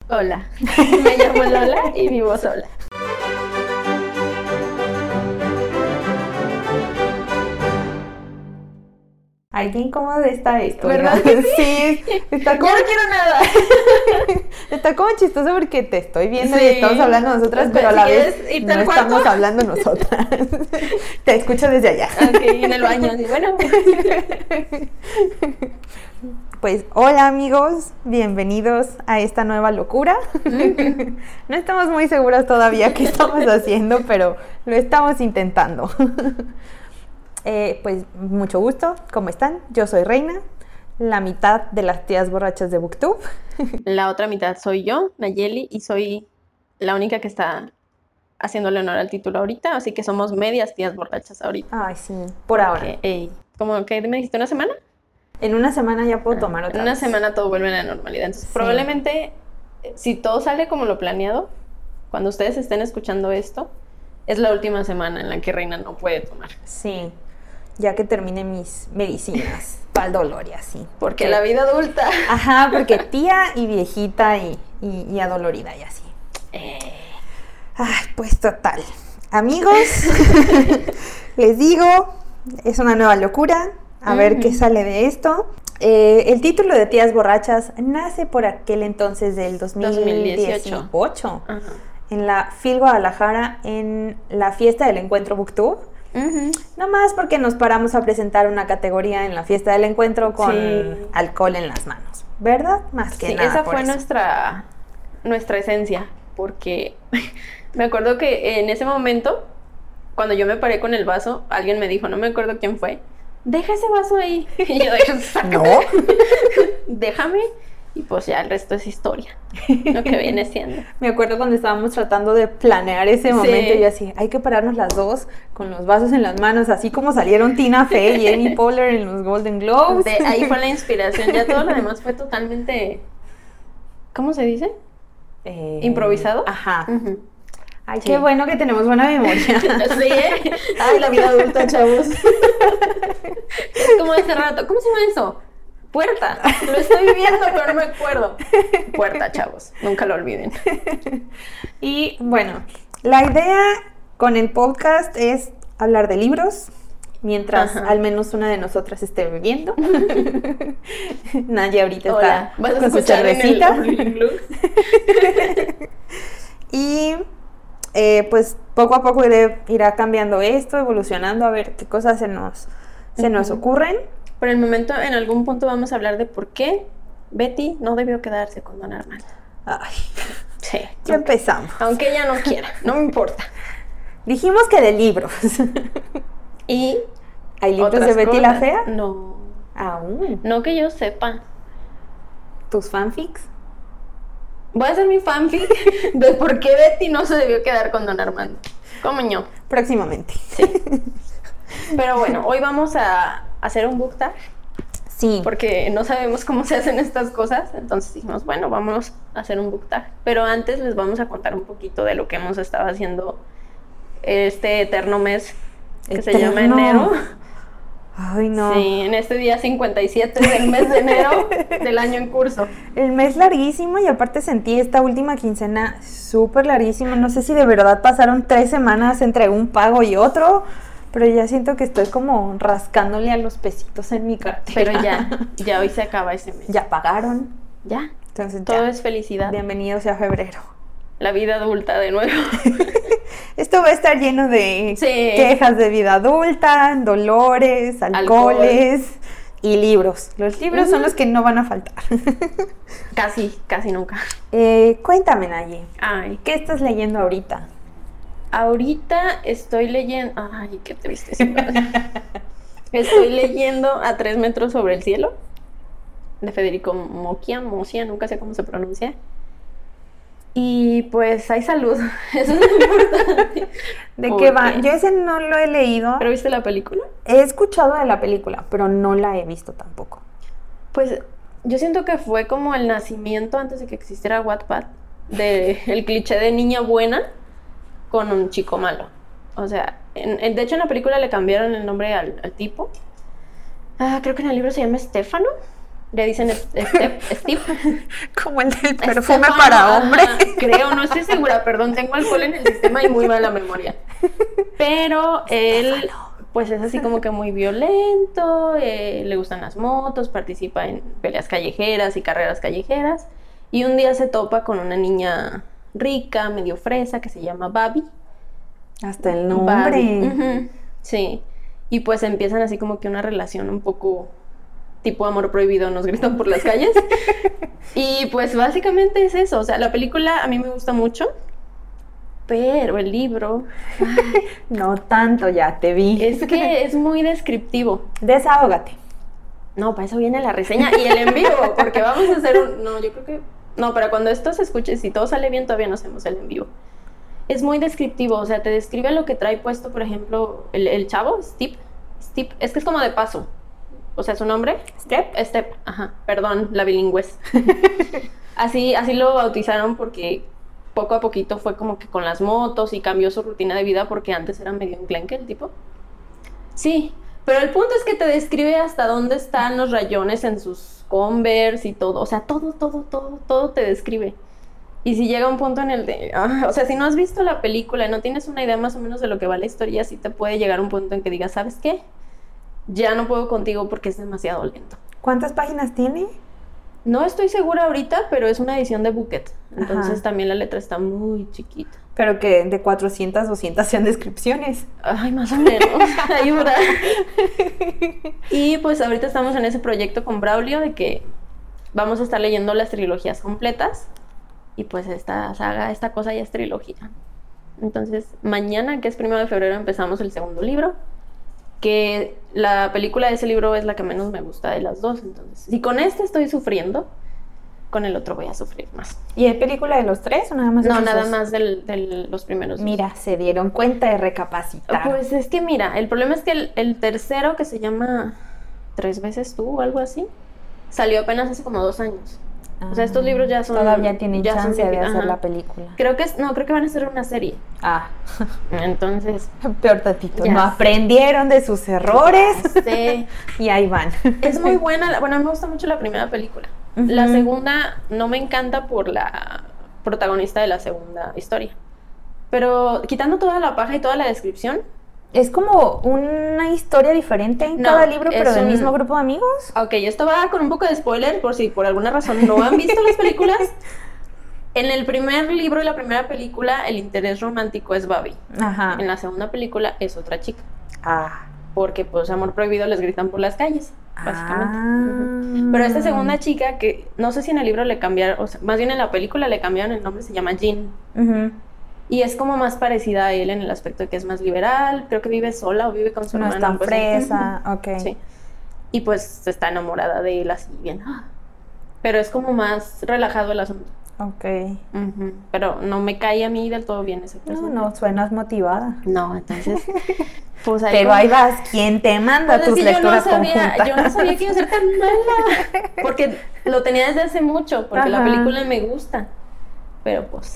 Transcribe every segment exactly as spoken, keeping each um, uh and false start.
Hola, me llamo Lola y vivo sola. Ay, qué incómodo está esto, ¿verdad que sí? Sí, está como... ¡Ya no quiero nada! Está como chistoso porque te estoy viendo Sí. y estamos hablando nosotras, Pues, pero a si la vez quieres irte no al cuarto. estamos hablando nosotras. Te escucho desde allá. Ok, en el baño, así, bueno. Pues hola amigos, bienvenidos a esta nueva locura. Uh-huh. No estamos muy seguras todavía qué estamos haciendo, pero lo estamos intentando. Eh, pues mucho gusto, ¿cómo están? Yo soy Reina, la mitad de las tías borrachas de Booktube. La otra mitad soy yo, Nayeli, y soy la única que está haciéndole honor al título ahorita, así que somos medias tías borrachas ahorita. Ay, sí, por ahora. Que, ey, ¿cómo que me dijiste? ¿Una semana? En una semana ya puedo Ah, tomar otra En una vez. semana todo vuelve a la normalidad. Entonces, Sí. probablemente, eh, si todo sale como lo planeado, cuando ustedes estén escuchando esto, es la última semana en la que Reina no puede tomar. Sí, ya que termine mis medicinas para el dolor y así. Porque la vida adulta. Ajá, porque tía y viejita y, y, y adolorida y así. Eh. Ay, pues total. Amigos, les digo, es una nueva locura. A uh-huh. ver qué sale de esto. Eh, el título de Tías Borrachas nace por aquel entonces del dos mil dieciocho. Uh-huh. En la F I L Guadalajara, en la fiesta del encuentro Booktube. Uh-huh. No más porque nos paramos a presentar una categoría en la fiesta del encuentro con sí. alcohol en las manos, ¿verdad? Más que sí, nada. Esa por fue eso. nuestra nuestra esencia, porque me acuerdo que en ese momento, cuando yo me paré con el vaso, alguien me dijo, no me acuerdo quién fue, deja ese vaso ahí. Y yo dije, ¿no? Déjame. Y pues ya el resto es historia, lo que viene siendo. Me acuerdo cuando estábamos tratando de planear ese momento, sí. Y yo así, hay que pararnos las dos con los vasos en las manos, así como salieron Tina Fey y Amy Poehler en los Golden Globes. De ahí fue la inspiración, ya todo lo demás fue totalmente, ¿cómo se dice? Eh, ¿Improvisado? Ajá. Uh-huh. Ay, sí. Qué bueno que tenemos buena memoria. Sí, ¿eh? Ay, la vida adulta, chavos. Es como ese rato, ¿cómo se llama eso? Puerta, lo estoy viviendo, pero no me acuerdo. Puerta, chavos, nunca lo olviden. Y bueno, la idea con el podcast es hablar de libros, mientras Ajá. al menos una de nosotras esté bebiendo. Nadie ahorita Hola. está ¿Vas a con su cervecita. Y eh, pues poco a poco iré, irá cambiando esto, evolucionando, a ver qué cosas se nos, se uh-huh. nos ocurren. Por el momento, en algún punto vamos a hablar de por qué Betty no debió quedarse con Don Armando. Ay, sí. Ya aunque, empezamos. Aunque ella no quiera, no me importa. Dijimos que de libros. ¿Y hay libros de Betty cosas? la Fea? No. Aún. No que yo sepa. ¿Tus fanfics? Voy a hacer mi fanfic de por qué Betty no se debió quedar con Don Armando. ¿Cómo no? Próximamente. Sí. Pero bueno, hoy vamos a hacer un book tag. Sí. Porque no sabemos cómo se hacen estas cosas. Entonces dijimos, bueno, vamos a hacer un book tag. Pero antes les vamos a contar un poquito de lo que hemos estado haciendo este eterno mes que ¿Eterno? Se llama enero. Ay, no. Sí, en este día cincuenta y siete del mes de enero del año en curso. El mes larguísimo, y aparte sentí esta última quincena súper larguísima. No sé si de verdad pasaron tres semanas entre un pago y otro, pero ya siento que estoy como rascándole a los pesitos en mi cartera. Pero ya, ya hoy se acaba ese mes. Ya pagaron. Ya. Entonces todo ya. Es felicidad. Bienvenidos a febrero. La vida adulta de nuevo. Esto va a estar lleno de sí. quejas de vida adulta, dolores, alcoholes Alcohol. Y libros. Los libros uh-huh. son los que no van a faltar. Casi, casi nunca. Eh, cuéntame, Naye. Ay. ¿Qué estás leyendo ahorita? Ahorita estoy leyendo... Ay, qué triste. Estoy leyendo A tres metros sobre el cielo, de Federico Mocia, Mocia, nunca sé cómo se pronuncia. Y pues hay salud, eso es lo importante. ¿De ¿Por qué va? Yo ese no lo he leído. ¿Pero viste la película? He escuchado de la película, pero no la he visto tampoco. Pues yo siento que fue como el nacimiento, antes de que existiera Wattpad, de el cliché de niña buena con un chico malo. O sea, en, en, de hecho en la película le cambiaron el nombre al, al tipo. Ah, creo que en el libro se llama Stefano. Le dicen Step, Steve. Como el del perfume Estefano, para hombre. ajá, creo, no estoy segura, perdón, tengo alcohol en el sistema y muy mala memoria. Pero él, pues es así como que muy violento, eh, le gustan las motos, participa en peleas callejeras y carreras callejeras. Y un día se topa con una niña rica, medio fresa, que se llama Babi. Hasta el nombre. Babi, uh-huh, sí. Y pues empiezan así como que una relación un poco tipo amor prohibido, nos gritan por las calles. Y pues básicamente es eso. O sea, la película a mí me gusta mucho, pero el libro... Ay, no tanto, ya te vi. Es que es muy descriptivo. Desahógate. No, para eso viene la reseña y el en vivo, porque vamos a hacer un... No, yo creo que... No, para cuando esto se escuche, si todo sale bien, todavía no hacemos el en vivo. Es muy descriptivo, o sea, te describe lo que trae puesto, por ejemplo, el, el chavo, Steve. Steve, es que es como de paso. O sea, su nombre, Step. Step, ajá, perdón, la bilingüez. Así, así lo bautizaron porque poco a poquito fue como que con las motos y cambió su rutina de vida porque antes era medio enclenque el tipo. Sí, pero el punto es que te describe hasta dónde están los rayones en sus Converse y todo. O sea, todo, todo, todo, todo te describe. Y si llega un punto en el de... Ah, o sea, si no has visto la película y no tienes una idea más o menos de lo que va la historia, sí te puede llegar un punto en que digas, ¿sabes qué? Ya no puedo contigo porque es demasiado lento. ¿Cuántas páginas tiene? No estoy segura ahorita, pero es una edición de Booklet. Entonces Ajá. también la letra está muy chiquita. Pero que de cuatrocientas, doscientas sean descripciones. Ay, más o menos. Ayuda. Y pues ahorita estamos en ese proyecto con Braulio de que vamos a estar leyendo las trilogías completas. Y pues esta saga, esta cosa ya es trilogía. Entonces, mañana, que es primero de febrero, empezamos el segundo libro. Que la película de ese libro es la que menos me gusta de las dos. Entonces, si con este estoy sufriendo, con el otro voy a sufrir más. ¿Y hay película de los tres o nada más de No, esos nada dos? más de del, los primeros dos. Mira, se dieron cuenta de recapacitar. Pues es que mira, el problema es que el, el tercero, que se llama Tres veces tú o algo así, salió apenas hace como dos años. O sea, estos libros ya son... Todavía tienen ya son chance de vieji- hacer ajá. la película. Creo que es, no, creo que van a hacer una serie. Ah, Entonces, peor tantito. Ya No sé. aprendieron de sus errores este, y ahí van. es muy buena. la- Bueno, a mí me gusta mucho la primera película. Ujú. La segunda no me encanta por la protagonista de la segunda historia. Pero quitando toda la paja y toda la descripción, Es como una historia diferente en No, cada libro, pero es del un- mismo grupo de amigos. ok, esto va con un poco de spoiler por si por alguna razón no han visto las películas. En el primer libro y la primera película, el interés romántico es Babi. Ajá. En la segunda película es otra chica. Ah. Porque, pues, amor prohibido les gritan por las calles, básicamente. Ah. Ujú. Pero esta segunda chica, que no sé si en el libro le cambiaron, o sea, más bien en la película le cambiaron el nombre, se llama Jean. Ujú. Y es como más parecida a él en el aspecto de que es más liberal. Creo que vive sola o vive con su No hermano. es tan algo así. fresa, Ujú. ok. Sí. Y pues está enamorada de él así bien. ¡Ah! Pero es como más relajado el asunto. Ok. Ujú. Pero no me cae a mí del todo bien ese No, personaje. no, suenas motivada. No, entonces, pues ahí Pero como- ahí vas, ¿quién te manda Pues es tus que yo no lecturas sabía, conjuntas? yo no sabía que iba a ser tan mala. Porque lo tenía desde hace mucho, porque la Ajá. película me gusta. Pero pues.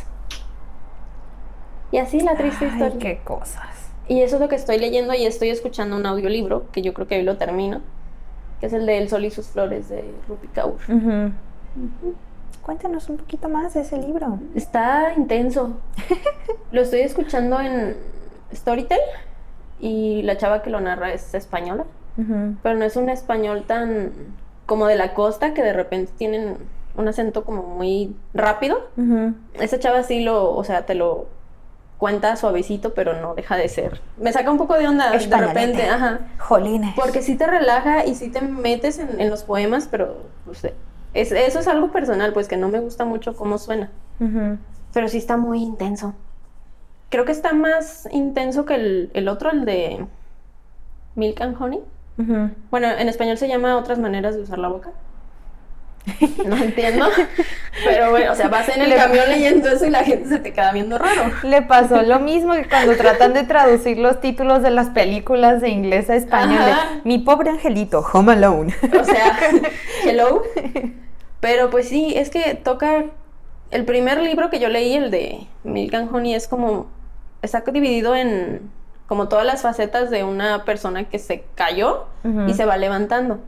Y así la triste Ay, historia. qué cosas. Y eso es lo que estoy leyendo y estoy escuchando un audiolibro, que yo creo que hoy lo termino, que es el de El sol y sus flores de Rupi Kaur. Ujú. Cuéntanos un poquito más de ese libro. Está intenso. Lo estoy escuchando en Storytel y la chava que lo narra es española, Ujú. pero no es un español tan como de la costa que de repente tienen un acento como muy rápido. Ujú. Esa chava sí lo, o sea, te lo cuenta suavecito, pero no deja de ser. Me saca un poco de onda de Españolete. repente, ajá. Jolines. Porque sí te relaja y sí te metes en, en los poemas, pero pues, es, eso es algo personal, pues que no me gusta mucho cómo suena. Ujú. Pero sí está muy intenso. Creo que está más intenso que el, el otro, el de Milk and Honey. Ujú. Bueno, en español se llama Otras maneras de usar la boca. No entiendo. Pero bueno, o sea, vas en el Le- camión leyendo eso y la gente se te queda viendo raro. Le pasó lo mismo que cuando tratan de traducir los títulos de las películas de inglés a español. de, Ajá. Mi pobre angelito, Home Alone. O sea, hello. Pero pues sí, es que toca... El primer libro que yo leí, el de Milk and Honey, es como... Está dividido en como todas las facetas de una persona que se cayó Ujú. y se va levantando.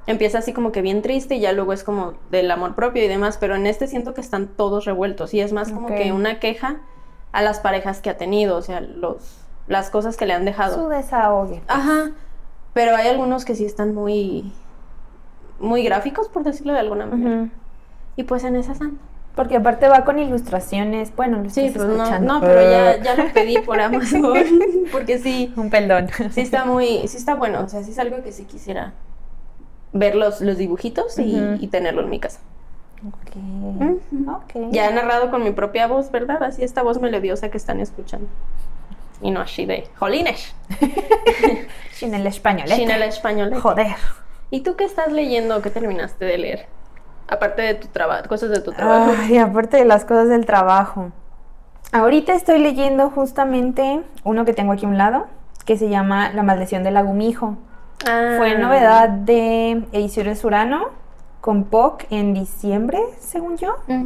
empieza así como que bien triste y ya luego es como del amor propio y demás, pero en este siento que están todos revueltos y es más como Okay. que una queja a las parejas que ha tenido, o sea, los, las cosas que le han dejado. Su desahogo. Ajá, pero hay algunos que sí están muy, muy gráficos, por decirlo de alguna manera. Ujú. Y pues en esas ando. Porque aparte va con ilustraciones. Bueno, lo Sí, estás pues no, escuchando. no, pero ya, ya lo pedí por Amazon, porque sí, Un pendón. sí está muy, sí está bueno, o sea, sí es algo que sí quisiera ver los, los dibujitos y, Ujú. y tenerlo en mi casa. Ok. Ujú. Ok. Ya he narrado con mi propia voz, ¿verdad? Así esta voz melodiosa que están escuchando. Y no así de jolines. Sin el español. Sin el español. Joder. ¿Y tú qué estás leyendo o qué terminaste de leer? Aparte de tu trabajo, cosas de tu trabajo. Ay, aparte de las cosas del trabajo. Ahorita estoy leyendo justamente uno que tengo aquí a un lado, que se llama La maldición del lagumijo. Ah. Fue novedad de Ediciones Surano con P O C en diciembre, según yo. Mm.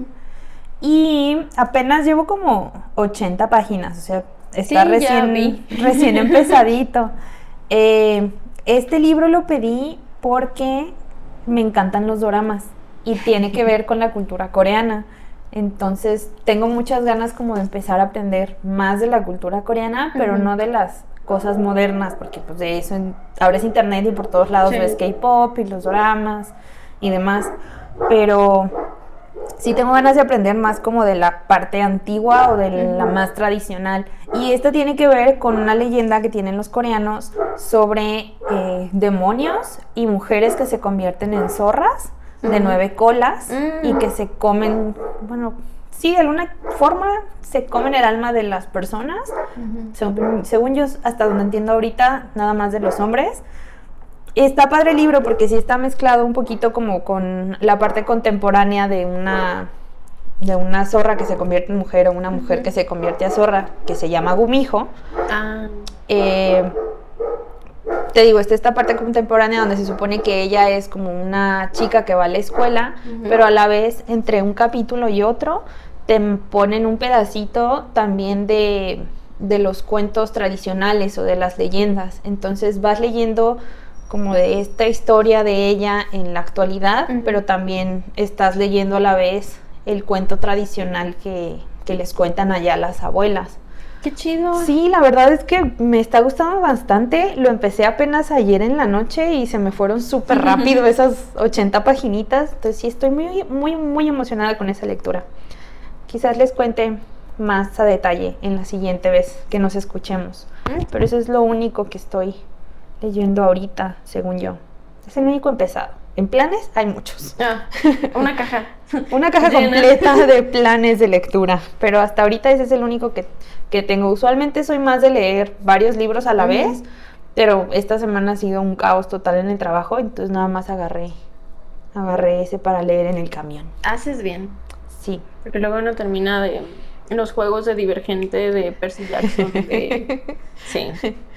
Y apenas llevo como ochenta páginas, o sea, está Sí, ya recién, vi. recién empezadito. Eh, este libro lo pedí porque me encantan los doramas y tiene que ver con la cultura coreana. Entonces tengo muchas ganas como de empezar a aprender más de la cultura coreana, pero Ujú. no de las cosas modernas, porque pues de eso en, ahora es internet y por todos lados Sí. ves K-pop y los doramas y demás. Pero sí tengo ganas de aprender más como de la parte antigua o de la más tradicional. Y esto tiene que ver con una leyenda que tienen los coreanos sobre eh, demonios y mujeres que se convierten en zorras de nueve colas Mm. y que se comen, bueno, sí, de alguna forma se comen el alma de las personas. Ujú. Según, según yo, hasta donde entiendo ahorita, nada más de los hombres. Está padre el libro porque sí está mezclado un poquito como con la parte contemporánea de una de una zorra que se convierte en mujer o una mujer que se convierte a zorra, que se llama Gumijo. Ah. Eh, te digo, está esta parte contemporánea donde se supone que ella es como una chica que va a la escuela, Ujú. pero a la vez entre un capítulo y otro te ponen un pedacito también de, de los cuentos tradicionales o de las leyendas. Entonces vas leyendo como de esta historia de ella en la actualidad, Ujú. pero también estás leyendo a la vez el cuento tradicional que, que les cuentan allá las abuelas. Qué chido. Sí, la verdad es que me está gustando bastante. Lo empecé apenas ayer en la noche y se me fueron súper rápido esas ochenta paginitas. Entonces sí, estoy muy, muy, muy emocionada con esa lectura. Quizás les cuente más a detalle en la siguiente vez que nos escuchemos. Mm. Pero eso es lo único que estoy leyendo ahorita, según yo. Es el único empezado. En planes hay muchos. Ah, una caja. Una caja Llena. completa de planes de lectura, pero hasta ahorita ese es el único que, que tengo. Usualmente soy más de leer varios libros a la Ujú. vez, pero esta semana ha sido un caos total en el trabajo, entonces nada más agarré, agarré ese para leer en el camión. Haces bien. Sí. Porque luego uno termina de en los juegos de Divergente de Percy Jackson. De... Sí.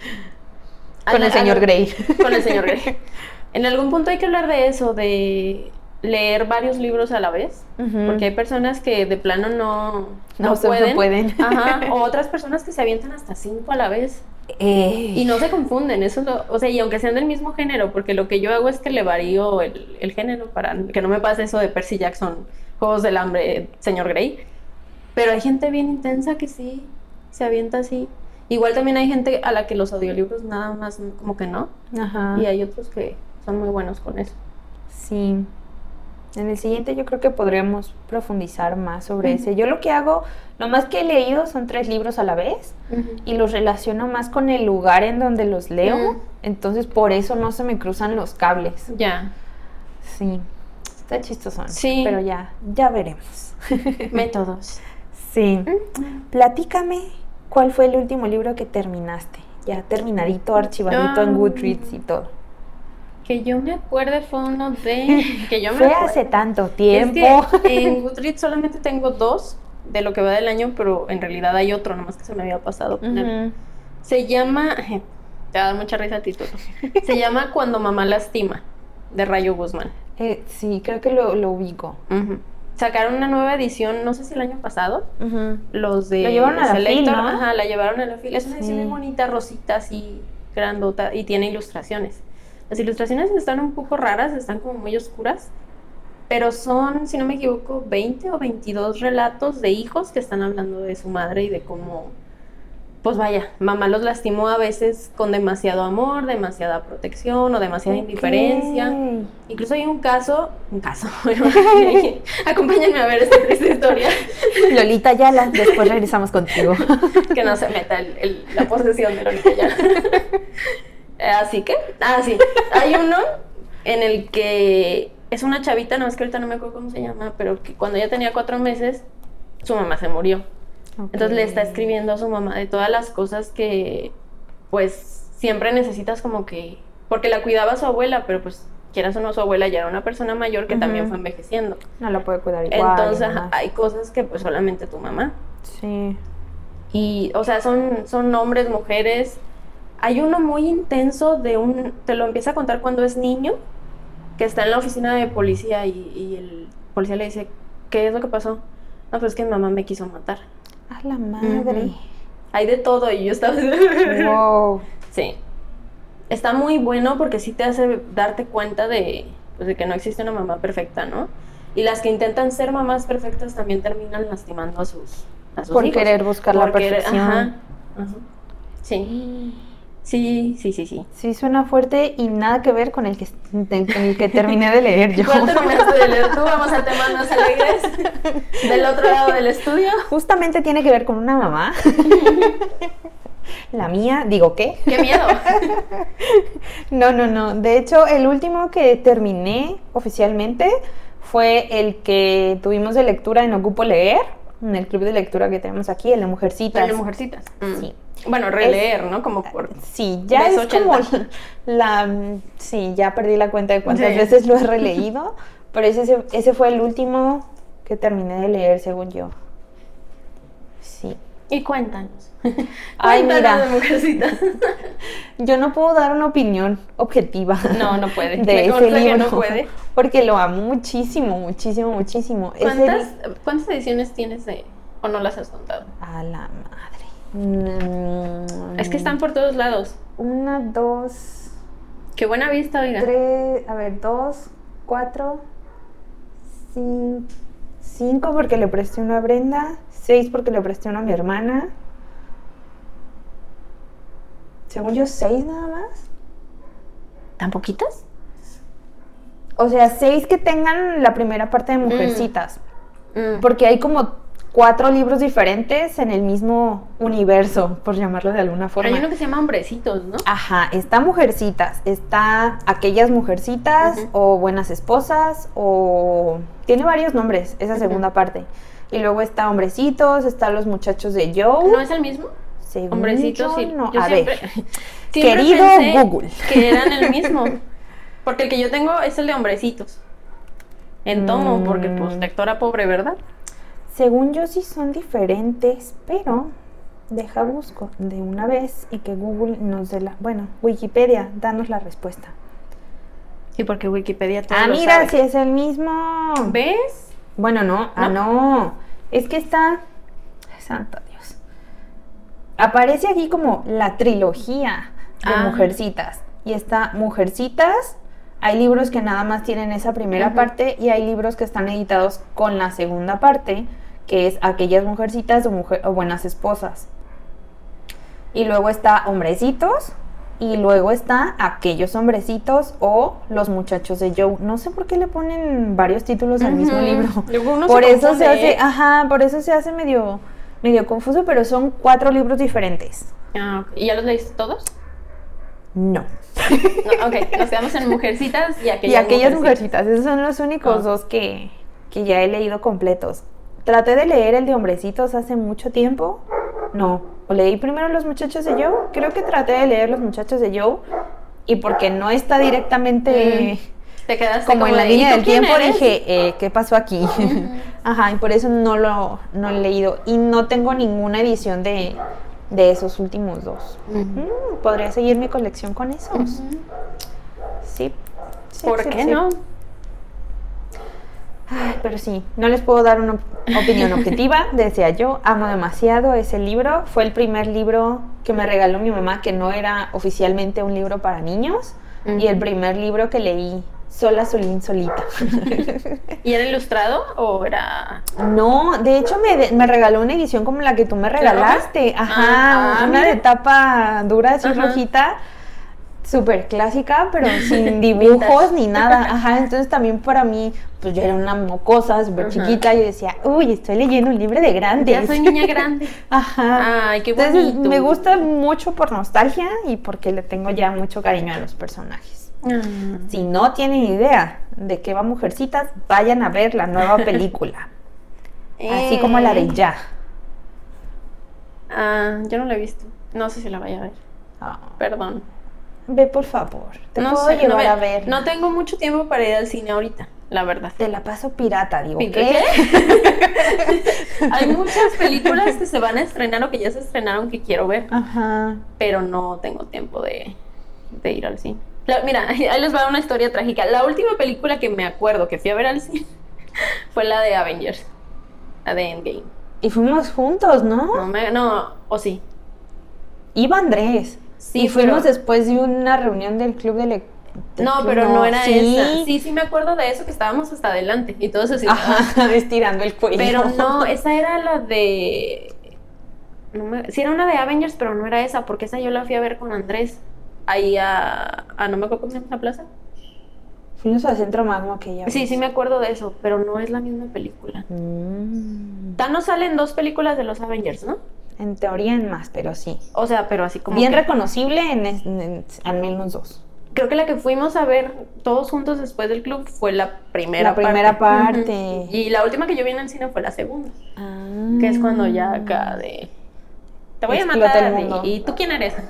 Con el señor Grey. Con el señor Grey. En algún punto hay que hablar de eso, de leer varios libros a la vez. Ujú. Porque hay personas que de plano no, No, se- no pueden. pueden. Ajá. O otras personas que se avientan hasta cinco a la vez. Eh, Y no se confunden, eso es lo, o sea, y aunque sean del mismo género, porque lo que yo hago es que le varío el, el género para que no me pase eso de Percy Jackson, Juegos del Hambre, señor Grey. Pero hay gente bien intensa que sí, se avienta así. Igual también hay gente a la que los audiolibros nada más como que no, Ajá. y hay otros que son muy buenos con eso. Sí. En el siguiente yo creo que podríamos profundizar más sobre Ujú. ese. Yo lo que hago, lo más que he leído son tres libros a la vez. Y los relaciono más con el lugar en donde los leo. Mm. Entonces por eso no se me cruzan los cables. Ya, Sí, está chistoso. Sí. Pero ya, ya veremos. métodos. Sí. Platícame, ¿cuál fue el último libro que terminaste? Ya terminadito, archivadito en Ah. Goodreads y todo. Que yo me acuerde fue uno de... Que yo me Fue acuerde. hace tanto Es tiempo. que en Goodreads solamente tengo dos de lo que va del año, pero en realidad hay otro, nomás que se me había pasado poner. Ujú. Se llama, te va a dar mucha risa el título, se llama Cuando mamá lastima, de Rayo Guzmán. Eh, sí, creo que lo, lo ubico. Ujú. Sacaron una nueva edición, no sé si el año pasado, Ujú. los de Lo llevaron a la Selector, FIL, ¿no? ajá, la llevaron a la fila. Es una edición Sí. muy bonita, rosita, así, grandota, y tiene ilustraciones. Las ilustraciones están un poco raras, están como muy oscuras, pero son, si no me equivoco, veinte o veintidós relatos de hijos que están hablando de su madre y de cómo, pues vaya, mamá los lastimó a veces con demasiado amor, demasiada protección o demasiada Ok. indiferencia. Incluso hay un caso, un caso, acompáñenme a ver esta triste historia, Lolita Yala, después regresamos contigo. que no se meta el, el- la posesión de Lolita ya. Así que, ah, sí, hay uno en el que es una chavita, no es que ahorita no me acuerdo cómo se llama, pero que cuando ella tenía cuatro meses, su mamá se murió. Entonces le está escribiendo a su mamá de todas las cosas que, pues, siempre necesitas como que, porque la cuidaba su abuela, pero pues, quieras o no, su abuela ya era una persona mayor que Ujú. también fue envejeciendo. No la puede cuidar igual. Entonces y ajá, demás. hay cosas que pues solamente tu mamá. Sí. Y, o sea, son, son hombres, mujeres. Hay uno muy intenso de un, te lo empieza a contar cuando es niño, que está en la oficina de policía y, y el policía le dice, ¿qué es lo que pasó? No, pues es que mi mamá me quiso matar. A la madre. Ujú. Hay de todo y yo estaba... Wow. Sí. Está muy bueno porque sí te hace darte cuenta de, pues, de que no existe una mamá perfecta, ¿no? Y las que intentan ser mamás perfectas también terminan lastimando a sus, a sus Por hijos. querer buscar la Por querer- perfección. ajá, ajá. Sí. Sí, sí, sí, sí. Sí, suena fuerte y nada que ver con el que, con el que terminé de leer yo. ¿Cuál terminaste de leer tú? Vamos a temas más alegres. Del otro lado del estudio. Justamente tiene que ver con una mamá. La mía, digo, ¿qué? ¡Qué miedo! No, no, no. De hecho, el último que terminé oficialmente fue el que tuvimos de lectura en Ocupo Leer, en el club de lectura que tenemos aquí, el de Mujercitas. Para mujercitas. Mm. Sí. Bueno, releer, ¿no? Como por... Sí, ya Mes es ochenta. como la... Sí, ya perdí la cuenta de cuántas Sí. veces lo he releído, pero ese, ese fue el último que terminé de leer, según yo. Sí. Y cuéntanos. Ay, Cuéntanos mira. de Mujercitas. Yo no puedo dar una opinión objetiva. No, no puede. De Me ese consta que libro. no puede. Porque lo amo muchísimo, muchísimo, muchísimo. Ese ¿Cuántas, li- ¿Cuántas ediciones tienes de... o no las has contado? A la madre. Mm, Es que están por todos lados. Una, dos, Qué buena vista, oiga. tres, a ver, dos, cuatro, cin- cinco porque le presté una a Brenda, seis porque le presté una a mi hermana. Según yo, seis nada más. ¿Tan poquitas? O sea, seis que tengan la primera parte de Mujercitas. Mm. Porque hay como cuatro libros diferentes en el mismo universo, por llamarlo de alguna forma. Hay uno que se llama Hombrecitos, ¿no? Ajá, está Mujercitas, está Aquellas Mujercitas, Ujú. o Buenas Esposas, o... Tiene varios nombres esa Ujú. segunda parte. Y luego está Hombrecitos, está Los Muchachos de Joe. ¿No es el mismo? Según Hombrecitos, yo, sí. no. Yo A siempre, ver, siempre querido pensé Google. que eran el mismo. Porque el que yo tengo es el de Hombrecitos. En tomo, porque pues Mm. lectora pobre, ¿verdad? según yo sí son diferentes, pero deja busco de una vez y que Google nos dé la... Bueno, Wikipedia, danos la respuesta. Sí, porque Wikipedia todo Ah, lo mira, sabe. si es el mismo. ¿Ves? Bueno, no, ah, no. Es que está. Santo Dios. Aparece aquí como la trilogía de Ah. Mujercitas. Y está Mujercitas. Hay libros que nada más tienen esa primera Ujú. parte y hay libros que están editados con la segunda parte, que es Aquellas Mujercitas o, mujer, o Buenas Esposas. Y luego está Hombrecitos. Y luego está Aquellos Hombrecitos o Los Muchachos de Joe. No sé por qué le ponen varios títulos al mismo Ujú. libro. Luego uno Por se eso se confunde, hace, ¿eh? ajá, por eso se hace medio, medio confuso, pero son cuatro libros diferentes. Ah, ok. ¿Y ya los leíste todos? No. No, ok, nos quedamos en Mujercitas y aquellas, Y Aquellas Mujercitas. Mujercitas, esos son los únicos Ah. dos que, que ya he leído completos. Traté de leer el de Hombrecitos hace mucho tiempo. No, o leí primero Los Muchachos de Joe. Creo que traté de leer Los Muchachos de Joe. Y porque no está directamente Te quedaste como en la de, ¿y línea tú del quién tiempo, eres? dije, eh, ¿qué pasó aquí? Ajá, y por eso no lo, no lo he leído. Y no tengo ninguna edición de, de esos últimos dos. Ujú. Mm, podría seguir mi colección con esos. Ujú. Sí. Sí, ¿Por sí, qué sí. no? Ay, pero sí, no les puedo dar una op- opinión objetiva. Decía yo, amo demasiado ese libro. Fue el primer libro que me regaló mi mamá, que no era oficialmente un libro para niños. Uh-huh. Y el primer libro que leí, Sola, Solín, Solita. ¿Y era ilustrado o era...? No, de hecho me, me regaló una edición como la que tú me regalaste. Ajá, ah, una ah, de tapa dura, así Ajá. rojita. Súper clásica, pero sin dibujos ni nada. Ajá, entonces también para mí, pues yo era una mocosa súper chiquita y decía, uy, estoy leyendo un libro de grandes. Ya soy niña grande. Ajá. Ay, qué bonito. Entonces me gusta mucho por nostalgia y porque le tengo ya mucho cariño a los personajes. Mm. Si no tienen idea de qué va Mujercitas, vayan a ver la nueva película. eh. Así como la de Ya. Ah, yo no la he visto. No sé si la vaya a ver. Oh. Perdón. Ve, por favor. Te no puedo sé, llevar no, a ver. No tengo mucho tiempo para ir al cine ahorita, la verdad. Te la paso pirata, digo. ¿Qué? ¿Qué? Hay muchas películas que se van a estrenar o que ya se estrenaron que quiero ver. Ajá. Pero no tengo tiempo de, de ir al cine. La, mira, ahí les va una historia trágica. La última película que me acuerdo que fui a ver al cine fue la de Avengers. La de Endgame. Y fuimos juntos, ¿no? No, me, no o sí. Iba Andrés. Sí, y fuimos pero... después de una reunión del club de lectura. No, pero no, no era ¿sí? esa. Sí, sí me acuerdo de eso, que estábamos hasta adelante y todo eso así. Ajá, estirando el cuello. Pero no, esa era la de... No me... Sí era una de Avengers, pero no era esa, porque esa yo la fui a ver con Andrés. Ahí a... a no me acuerdo cómo se llama la plaza. Fuimos al Centro Magno aquella vez. Sí, sí me acuerdo de eso, pero no es la misma película. Mm. Thanos sale en dos películas de los Avengers, ¿no? En teoría en más, pero sí. O sea, pero así como bien que... reconocible en, en, en al menos dos. Creo que la que fuimos a ver todos juntos después del club fue la primera parte. La primera parte. parte. Uh-huh. Y la última que yo vi en el cine fue la segunda. Ah. Que es cuando ya acá de... Te voy explota a matar. El mundo. Y, ¿y tú quién eres?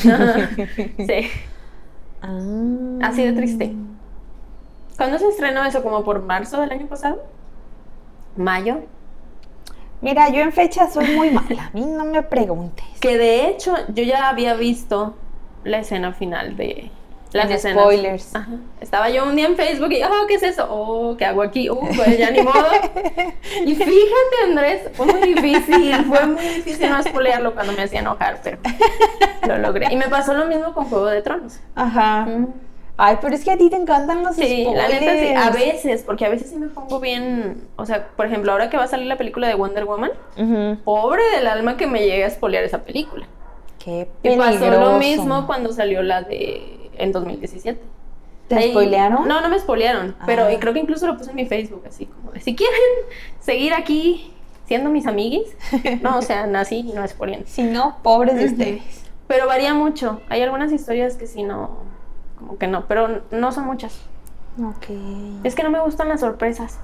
Sí. Ah. Así de triste. ¿Cuándo se estrenó eso? ¿Como por marzo del año pasado? ¿Mayo? Mira, yo en fecha soy muy mala. A mí no me preguntes. Que de hecho yo ya había visto la escena final de... Las en escenas. Spoilers. Ajá. Estaba yo un día en Facebook y, oh, ¿qué es eso? Oh, ¿qué hago aquí? Uh, pues ya ni modo. Y fíjate, Andrés, fue muy difícil, fue muy difícil no spoilearlo cuando me hacía enojar, pero lo logré. Y me pasó lo mismo con Juego de Tronos. Ajá. Mm. Ay, pero es que a ti te encantan los sí, spoilers. La neta sí, a veces, porque a veces sí me pongo bien, o sea, por ejemplo, ahora que va a salir la película de Wonder Woman, uh-huh. Pobre del alma que me llegue a spoilear esa película. Qué peligroso. Y pasó lo mismo cuando salió la de... en dos mil diecisiete. ¿Te Ahí, spoilearon? No, no me spoilearon, ah. pero creo que incluso lo puse en mi Facebook, así como de, si quieren seguir aquí siendo mis amiguis, no, o sea, nací y no spoileen. Si no, pobres de ustedes. Pero varía mucho, hay algunas historias que sí no, como que no, pero no son muchas. Ok. Es que no me gustan las sorpresas.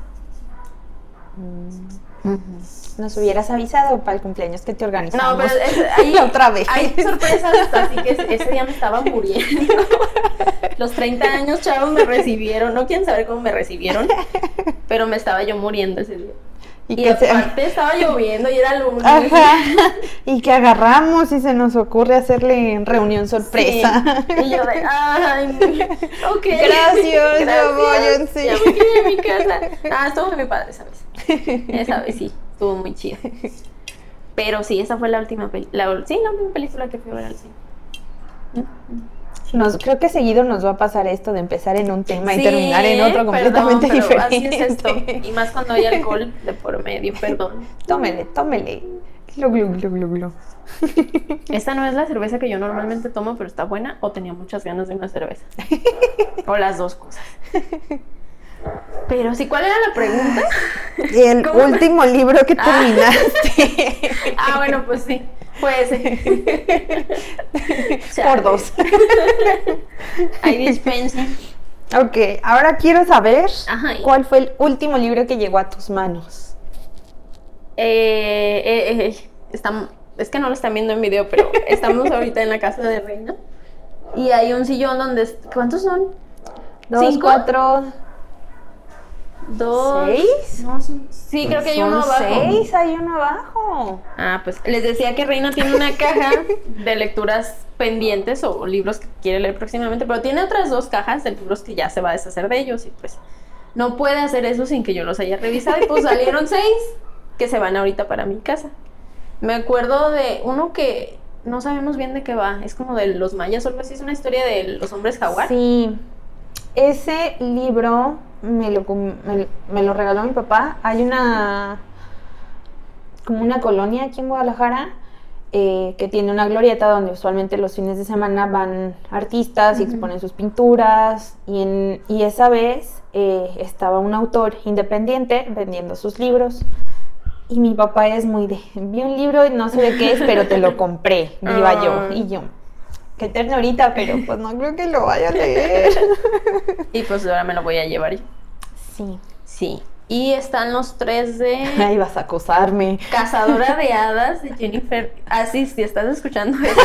Mm. Uh-huh. Nos hubieras avisado para el cumpleaños que te organizamos. No, pero es, ahí, otra vez. Hay sorpresas, así que ese día me estaba muriendo. Los treinta años, chavos, me recibieron. No quieren saber cómo me recibieron, pero me estaba yo muriendo ese día. Y, y aparte se... estaba lloviendo y era lunes. Ajá. Y que agarramos y se nos ocurre hacerle reunión sorpresa. Sí. Y yo de, ay, ok. Gracias, yo voy, sí. Ya me quedé en mi casa. Ah, estuvo muy padre esa vez. Esa vez sí, estuvo muy chido. Pero sí, esa fue la última película. Sí, la última película que fui a ver al cine. Nos, creo que seguido nos va a pasar esto de empezar en un tema sí, y terminar en otro completamente perdón, pero diferente. Así es esto. Y más cuando hay alcohol de por medio, perdón. Tómele, tómele. Glu, glu, glu, glu, glu. Esta no es la cerveza que yo normalmente tomo, pero está buena o tenía muchas ganas de una cerveza. O las dos cosas. Pero sí, ¿cuál era la pregunta? El último me... libro que terminaste. Ah, bueno, pues sí. Pues por dos. Ahí dispensen. Ok, ahora quiero saber Ajá, cuál fue el último libro que llegó a tus manos. Eh, eh, eh, estamos, es que no lo están viendo en video, pero estamos ahorita en la casa de Reina y hay un sillón donde... ¿Cuántos son? Dos, ¿Cinco? cuatro... Dos. ¿Seis? No, son, sí, creo que hay uno abajo. Seis, hay uno abajo. Ah, pues les decía que Reina tiene una caja de lecturas pendientes o libros que quiere leer próximamente, pero tiene otras dos cajas de libros que ya se va a deshacer de ellos y pues no puede hacer eso sin que yo los haya revisado y pues salieron seis que se van ahorita para mi casa. Me acuerdo de uno que no sabemos bien de qué va. Es como de los mayas o algo así. Es una historia de los hombres jaguar. Sí, ese libro me lo, com- me, me lo regaló mi papá. Hay una, como una colonia aquí en Guadalajara eh, que tiene una glorieta donde usualmente los fines de semana van artistas y Ujú. exponen sus pinturas. Y, en, y esa vez eh, estaba un autor independiente vendiendo sus libros. Y mi papá es muy de, vi un libro y no sé de qué es, pero te lo compré, viva yo. Ay. Y yo, qué ternurita, pero pues no creo que lo vaya a leer. Y pues ahora me lo voy a llevar yo. Sí. Sí. Y están los tres de Ay, vas a acosarme. Cazadora de Hadas de Jennifer. Así, si estás escuchando esto.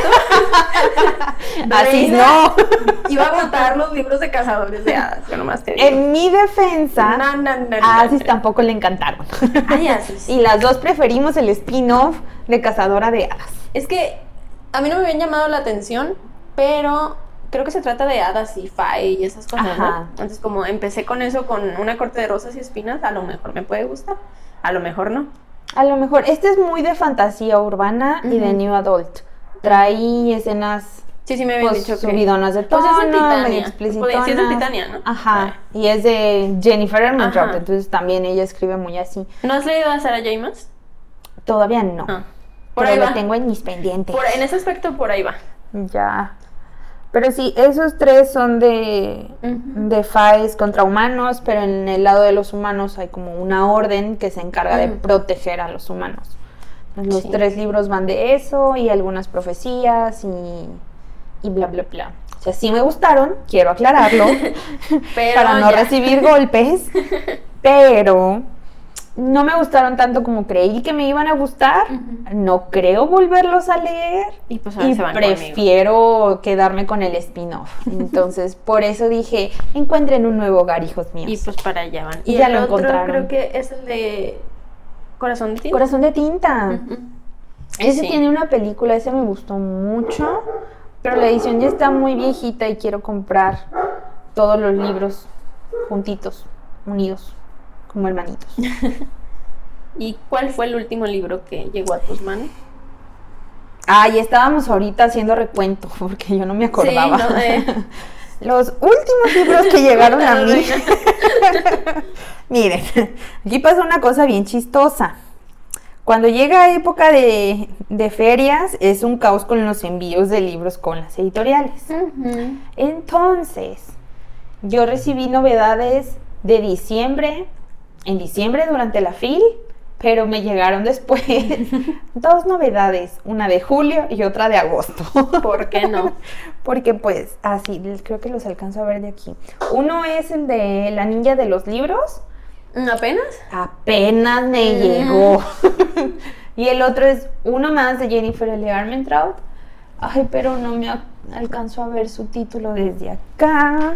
Así Reina no. Iba a botar los libros de Cazadores de Hadas. Yo nomás te digo. En mi defensa, No, no, no, no, a Asis no. tampoco le encantaron. Ay, Asis. Y las dos preferimos el spin-off de Cazadora de Hadas. Es que a mí no me habían llamado la atención, pero creo que se trata de hadas y fae y esas cosas, Ajá. ¿no? Entonces, como empecé con eso, con una corte de rosas y espinas, a lo mejor me puede gustar, a lo mejor no. A lo mejor, este es muy de fantasía urbana y de Ujú. New Adult. Trae escenas Sí, sí me habían pues, dicho que... subidonas de Pues tono, es de medio Titania. explícitonas. Sí, es de Titania, ¿no? Ajá. Y es de Jennifer Armentrout, Ajá. entonces también ella escribe muy así. ¿No has leído a Sarah J. Maas? Todavía no. Ah, por pero ahí lo va. tengo en mis pendientes. Por, en ese aspecto, por ahí va. Ya. Pero sí, esos tres son de, Ujú. de faes contra humanos, pero en el lado de los humanos hay como una orden que se encarga de Ujú. proteger a los humanos. Los Sí. tres libros van de eso y algunas profecías y, y bla, bla, bla. O sea, sí me gustaron, quiero aclararlo, Pero para no ya. recibir golpes, pero no me gustaron tanto como creí que me iban a gustar. Ujú. No creo volverlos a leer. Y pues ahora Y se van prefiero quedarme con el spin-off. Entonces, por eso dije, encuentren un nuevo hogar, hijos míos. Y pues para allá van. Y Y ya el lo otro encontraron. creo que es el de Corazón de Tinta. Corazón de tinta. Ujú. Ese Sí. tiene una película, ese me gustó mucho, pero la edición ya está muy viejita y quiero comprar todos los libros juntitos, unidos, como hermanitos. ¿Y cuál fue el último libro que llegó a tus manos? Ah, y estábamos ahorita haciendo recuento, porque yo no me acordaba. Sí, no, eh. Los últimos libros que llegaron a mí. Miren, aquí pasa una cosa bien chistosa. Cuando llega época de, de ferias, es un caos con los envíos de libros con las editoriales. Ujú. Entonces, yo recibí novedades de diciembre, en diciembre durante la FIL, pero me llegaron después dos novedades, una de julio y otra de agosto. ¿Por qué no? Porque pues, así, creo que los alcanzo a ver de aquí. Uno es el de La Ninja de los Libros. ¿Apenas? Apenas me Mm. llegó. Y el otro es uno más de Jennifer L. Armentrout. Ay, pero no me a- alcanzo a ver su título desde acá.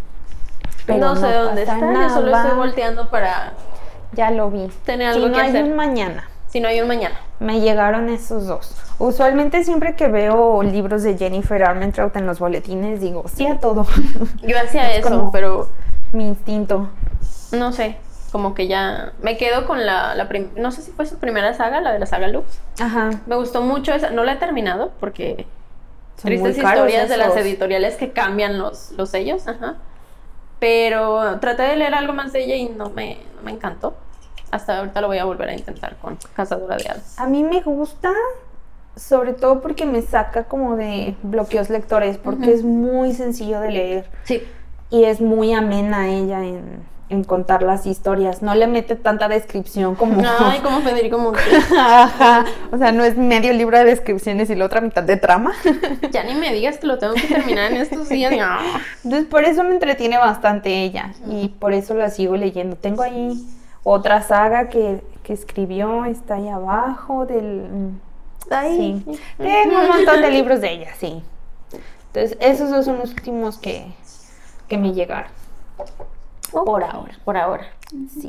Pero no sé dónde pasa está, yo solo nada. estoy volteando para Ya lo vi. tener Si algo no que hay hacer. un mañana. Si no hay un mañana. Me llegaron esos dos. Usualmente siempre que veo libros de Jennifer Armentrout en los boletines digo sí a todo. Yo hacía Es eso, como- pero Mi instinto. no sé, como que ya me quedo con la, la prim- no sé si fue su primera saga, la de la saga Lux. Ajá. Me gustó mucho esa, no la he terminado porque Son muy tristes caros historias de las esos. editoriales que cambian los, los sellos, ajá. Pero traté de leer algo más de ella y no me, no me encantó. Hasta ahorita lo voy a volver a intentar con Cazadora de Hadas. A mí me gusta, sobre todo porque me saca como de bloqueos lectores, porque Ujú. es muy sencillo de leer Sí. y es muy amena ella en, en contar las historias. No le mete tanta descripción como... Ay, como Federico Montero. Ajá. O sea, no es medio libro de descripciones y la otra mitad de trama. Ya ni me digas que lo tengo que terminar en estos días. No. Entonces, por eso me entretiene bastante ella y por eso la sigo leyendo. Tengo ahí otra saga que, que escribió, está ahí abajo del... Ay. Sí. Tengo un montón de libros de ella, sí. Entonces, esos dos son los últimos que, que me llegaron. Por ahora. Por ahora. Sí.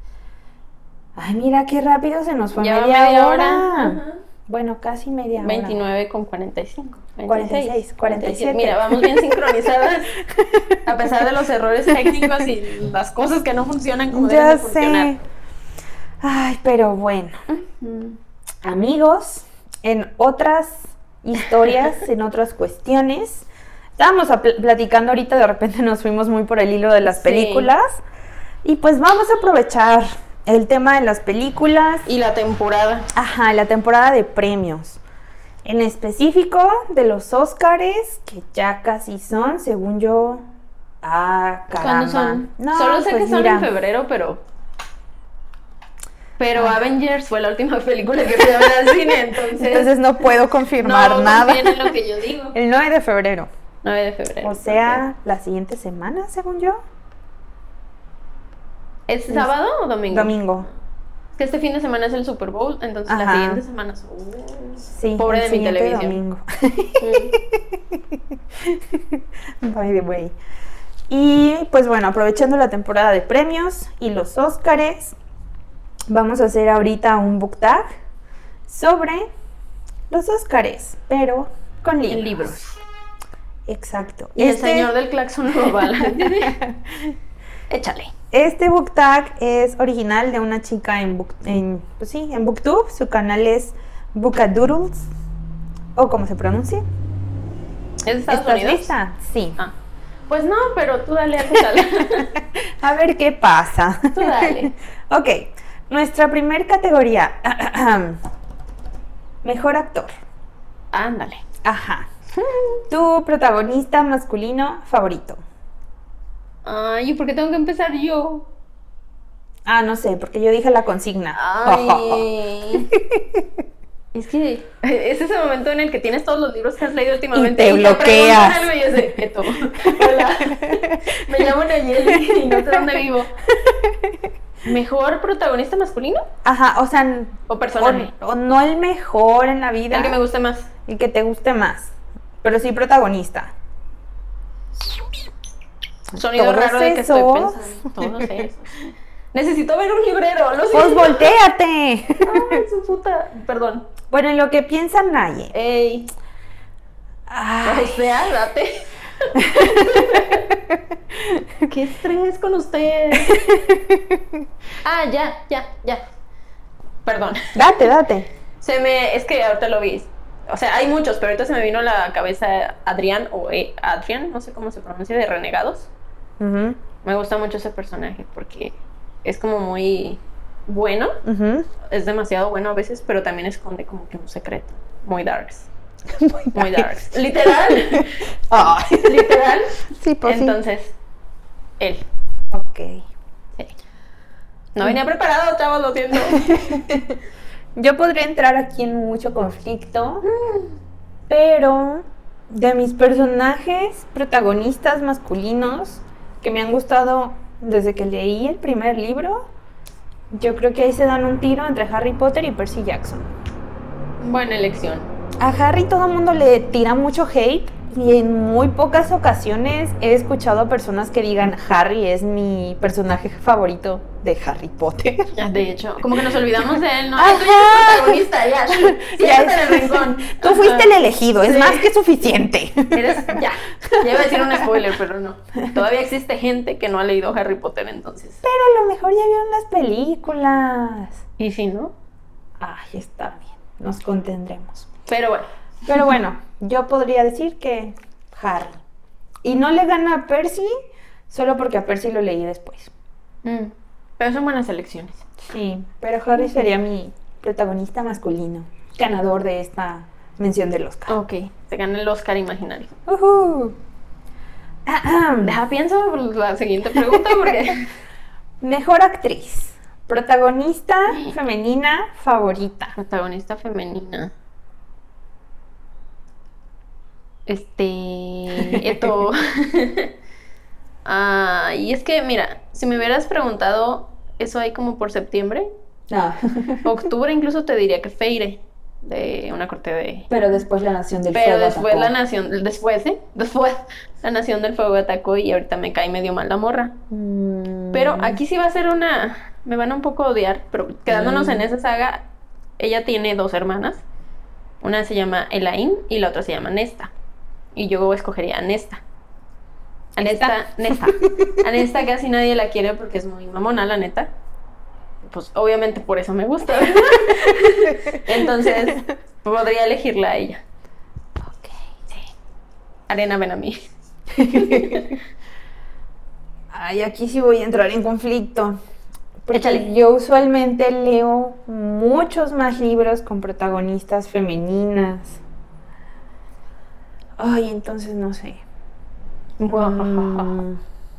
Ay, mira qué rápido se nos fue Ya va media, media hora. hora. Ajá. Bueno, casi media hora. veintinueve con cuarenta y cinco. cuarenta y seis, cuarenta y siete. Mira, vamos bien sincronizadas. A pesar de los errores técnicos y las cosas que no funcionan como Ya deben de funcionar. sé. Ay, pero bueno. Mm. Amigos, en otras historias, en otras cuestiones. Estábamos a pl- platicando ahorita, de repente nos fuimos muy por el hilo de las Sí. películas. Y pues vamos a aprovechar el tema de las películas. Y la temporada. Ajá, la temporada de premios. En específico de los Óscares, que ya casi son, según yo. Ah, caramba. ¿Cuándo son? No, Solo sé pues que son mira. en febrero, pero... Pero Ah. Avengers fue la última película que fui a ver al cine, entonces... Entonces no puedo confirmar no nada. confíen en lo que yo digo. El nueve de febrero. nueve de febrero. O sea, la siguiente semana, según yo. ok. ¿Es sábado o domingo? Domingo. Es que este fin de semana es el Super Bowl, entonces la Ajá. siguiente semana... es- uh, Sí, Pobre el de mi siguiente televisión. domingo. By the way. Y pues bueno, aprovechando la temporada de premios y los Óscares, vamos a hacer ahorita un book tag sobre los Óscares, pero con libros. En libros. Exacto. Y Este- el señor del claxon no va. Échale. Este book tag es original de una chica en, book, en, pues sí, en BookTube. Su canal es Bookadoodles, o como se pronuncia. ¿Es de Estados ¿Estás Unidos? lista? Sí. Ah. Pues no, pero tú dale, tú dale. A ver qué pasa. Tú dale. Ok, nuestra primer categoría. Mejor actor. Ándale. Ajá. Tu protagonista masculino favorito. Ay, ¿y por qué tengo que empezar yo? Ah, no sé, porque yo dije la consigna. Ay. Es que es ese momento en el que tienes todos los libros que has leído últimamente Y te bloqueas. preguntan algo y yo sé, Eto. Hola, me llamo Nayeli y no sé dónde vivo. ¿Mejor protagonista masculino Ajá, o sea, o personaje? o, o no el mejor en la vida. El que me guste más. El que te guste más. Pero sí protagonista. Sonido Todos raro de que estoy esos. pensando. Todos esos. Necesito ver un librero, lo Pues siento. volteate. Ay, su puta. Perdón. Bueno, en lo que piensa Naye. Ey. Ay, O sea, date. Qué estrés con usted. Ah, ya, ya, ya. Perdón. date, date. Se me, es que ahorita lo vi. O sea, hay muchos, pero ahorita se me vino a la cabeza Adrián o eh, Adrián, no sé cómo se pronuncia, de Renegados. Ujú, Me gusta mucho ese personaje porque es como muy bueno, ujú. es demasiado bueno a veces, pero también esconde como que un secreto. Muy darks. Muy Muy darks. darks. Literal. Ay. Literal. Sí, pues sí. Entonces, él. Ok. Sí. No venía preparado, chavos, lo siento. Yo podría entrar aquí en mucho conflicto, pero de mis personajes protagonistas masculinos que me han gustado desde que leí el primer libro, yo creo que ahí se dan un tiro entre Harry Potter y Percy Jackson. Buena elección. A Harry todo el mundo le tira mucho hate y en muy pocas ocasiones he escuchado a personas que digan Harry es mi personaje favorito de Harry Potter. De hecho, como que nos olvidamos de él, ¿no? Ajá. Tú eres el protagonista, ya. Ya Siéntate en el es- rincón. Tú fuiste el elegido, es Sí. más que suficiente. Eres, ya. Ya iba a decir un spoiler, pero no. Todavía existe gente que no ha leído Harry Potter, entonces. Pero a lo mejor ya vieron las películas. ¿Y si no? Ay, está bien, nos contendremos. Pero bueno. Pero bueno, yo podría decir que Harry. Y no le gana a Percy solo porque a Percy lo leí después. Mm, pero son buenas elecciones. Sí, pero Harry sería mi protagonista masculino, ganador de esta mención del Oscar. Ok, se gana el Oscar imaginario. Ujú. Ahem. Deja, pienso la siguiente pregunta porque... Mejor actriz, protagonista femenina favorita. Protagonista femenina. Este... Esto... Ah, y es que, mira, si me hubieras preguntado eso ahí como por septiembre, No. octubre incluso te diría que Feire, de Una corte de... Pero después la Nación del Pero Fuego después atacó. la nación, después, ¿eh? Después la Nación del Fuego atacó y ahorita me cae medio mal la morra. Mm. Pero aquí sí va a ser una... Me van a un poco odiar, pero quedándonos Mm. en esa saga, ella tiene dos hermanas. Una se llama Elaine y la otra se llama Nesta. Y yo escogería a Nesta. A Nesta, Nesta. A Nesta casi nadie la quiere porque es muy mamona, la neta. Pues obviamente por eso me gusta, ¿verdad? Entonces, podría elegirla a ella. Arena, ven a mí. Ay, aquí sí voy a entrar en conflicto. Porque Échale. yo usualmente leo muchos más libros con protagonistas femeninas. Ay, entonces no sé. Mm.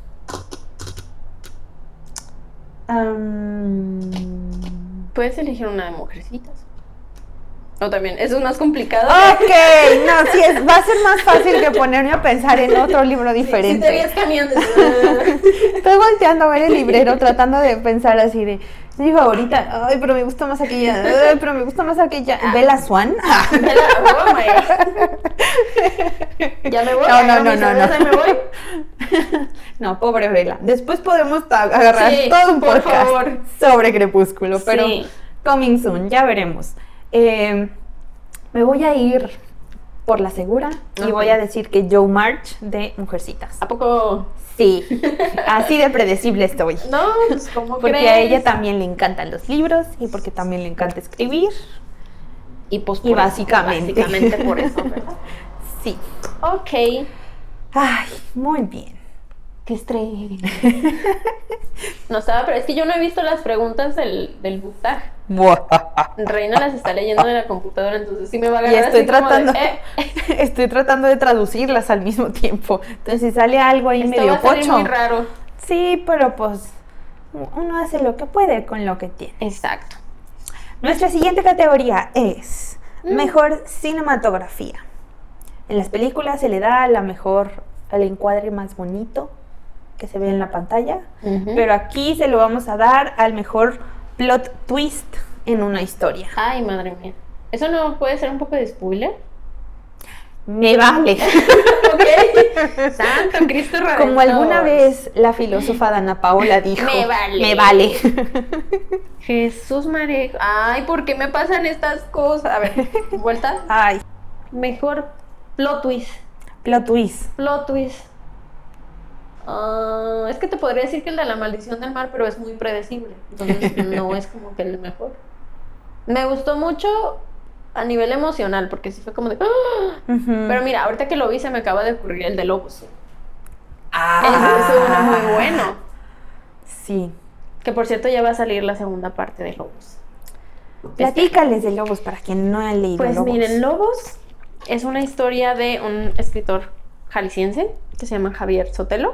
Um, Puedes elegir una de mujercitas. O también, eso es más complicado. Ok, no, sí, es, va a ser más fácil que ponerme a pensar en otro libro diferente. Si te vienes cambiando. Estoy volteando a ver el librero, tratando de pensar así de, digo ahorita, ay, pero me gusta más aquella, ay, pero me gusta más aquella. Ah. ¿Bella Swan? Bella, oh my God. Ya me voy. No, no, agarro no, mis no, cervezas no. y me voy. No, pobre Bella. Después podemos ta- agarrar Sí, todo un por podcast favor. sobre Crepúsculo, pero Sí. coming soon, ya veremos. Eh, me voy a ir por la segura y Ok. voy a decir que Jo March de Mujercitas. ¿A poco? Sí, así de predecible estoy. No, pues ¿cómo Porque crees? a ella también le encantan los libros y porque también le encanta escribir. Y pues Y por eso, básicamente. básicamente por eso, ¿verdad? Sí. Ok. Ay, muy bien. Qué estrés. No estaba, pero es que yo no he visto las preguntas del, del book tag. Reina las está leyendo de la computadora, entonces sí me va a Y agarrar estoy así como tratando, de, eh, estoy tratando de traducirlas al mismo tiempo. Entonces si sale algo ahí esto medio va a salir pocho. muy raro. Sí, pero pues uno hace lo que puede con lo que tiene. Exacto. Nuestra siguiente categoría es Mm. mejor cinematografía. En las películas se le da la mejor, el encuadre más bonito que se ve en la pantalla, Ujú. pero aquí se lo vamos a dar al mejor plot twist en una historia. Ay, madre mía. ¿Eso no puede ser un poco de spoiler? Me vale. Ok. Santo Cristo Redentor. Como alguna vez la filósofa Dana Paola dijo, Me vale. me vale. Jesús María. Ay, ¿por qué me pasan estas cosas? A ver, vuelta. Ay, Mejor plot twist. plot twist. Plot twist. Ah, es que te podría decir que el de la maldición del mar, pero es muy predecible. Entonces no es como que el mejor. Me gustó mucho a nivel emocional, porque sí fue como de... ¡ah! Ujú. Pero mira, ahorita que lo vi se me acaba de ocurrir el de Lobos. Ah. Ese es uno muy bueno. Sí. Que por cierto ya va a salir la segunda parte de Lobos. Platícales de Lobos para quien no ha leído Pues Lobos. miren, Lobos es una historia de un escritor jalisciense que se llama Javier Sotelo.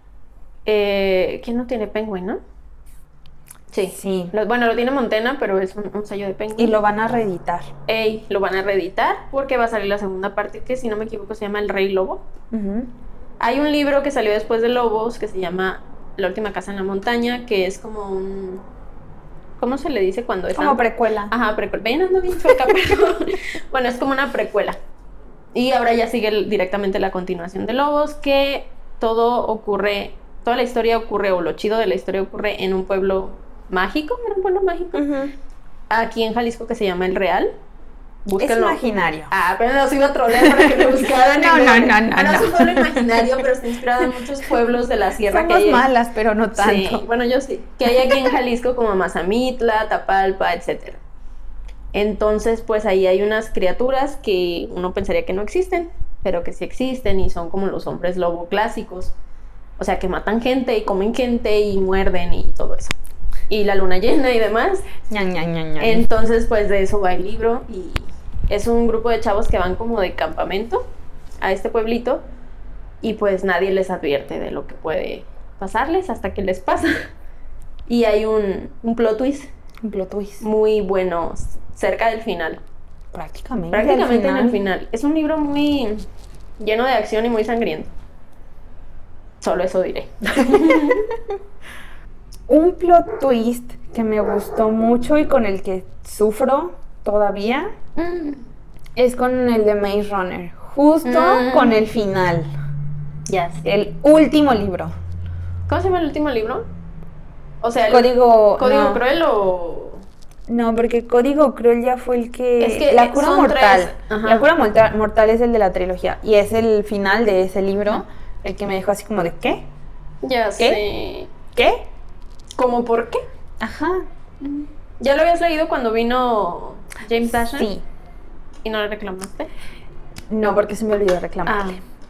Eh, ¿Quién no tiene Penguin, no? Sí. Sí. Lo- bueno, lo tiene Montena, pero es un, un sello de Penguin. Y lo van a reeditar. Ey, lo van a reeditar porque va a salir la segunda parte que, si no me equivoco, se llama El Rey Lobo. Ujú. Hay un libro que salió después de Lobos que se llama La Última Casa en la Montaña, que es como un... ¿Cómo se le dice cuando es? Como precuela. Ajá, precuela. Ven, ando bien chueca, pero... bueno, es como una precuela. Y ahora ya sigue el- directamente la continuación de Lobos, que todo ocurre... Toda la historia ocurre, o lo chido de la historia ocurre en un pueblo mágico. ¿Era un pueblo mágico? Ujú. Aquí en Jalisco, que se llama El Real. Es Búsquenlo. imaginario. Ah, pero no, sí iba a trolear para que me buscaran. No, en no, Google. no, no, Bueno, no. es un pueblo imaginario, pero está inspirado en muchos pueblos de la sierra que Somos hay. malas, pero no tanto. Sí, bueno, yo sí. Que hay aquí en Jalisco como Mazamitla, Tapalpa, etcétera. Entonces, pues ahí hay unas criaturas que uno pensaría que no existen, pero que sí existen y son como los hombres lobo clásicos. O sea, que matan gente y comen gente y muerden y todo eso. Y la luna llena y demás. Ña, ña, ña, ña. Entonces, pues de eso va el libro y es un grupo de chavos que van como de campamento a este pueblito y pues nadie les advierte de lo que puede pasarles hasta que les pasa. Y hay un, un plot twist Un plot twist. muy bueno cerca del final, Prácticamente. prácticamente al en el final. Es un libro muy lleno de acción y muy sangriento. Solo eso diré. Un plot twist que me gustó mucho y con el que sufro todavía es con el de Maze Runner. Justo Mm. con el final. Ya sé. El último libro. ¿Cómo se llama el último libro? O sea, el Código. Código no. Cruel o... No, porque Código Cruel ya fue el que... Es que La Cura son Mortal. tres, ajá. La Cura mortal, mortal es el de la trilogía. Y es el final de ese libro. Ajá. El que me dejó así como de ¿qué? Ya ¿Qué? sé. ¿Qué? ¿Cómo por qué? Ajá. ¿Ya lo habías leído cuando vino James Dashan? Sí. ¿Y no le reclamaste? No, porque se me olvidó reclamarle. Ah,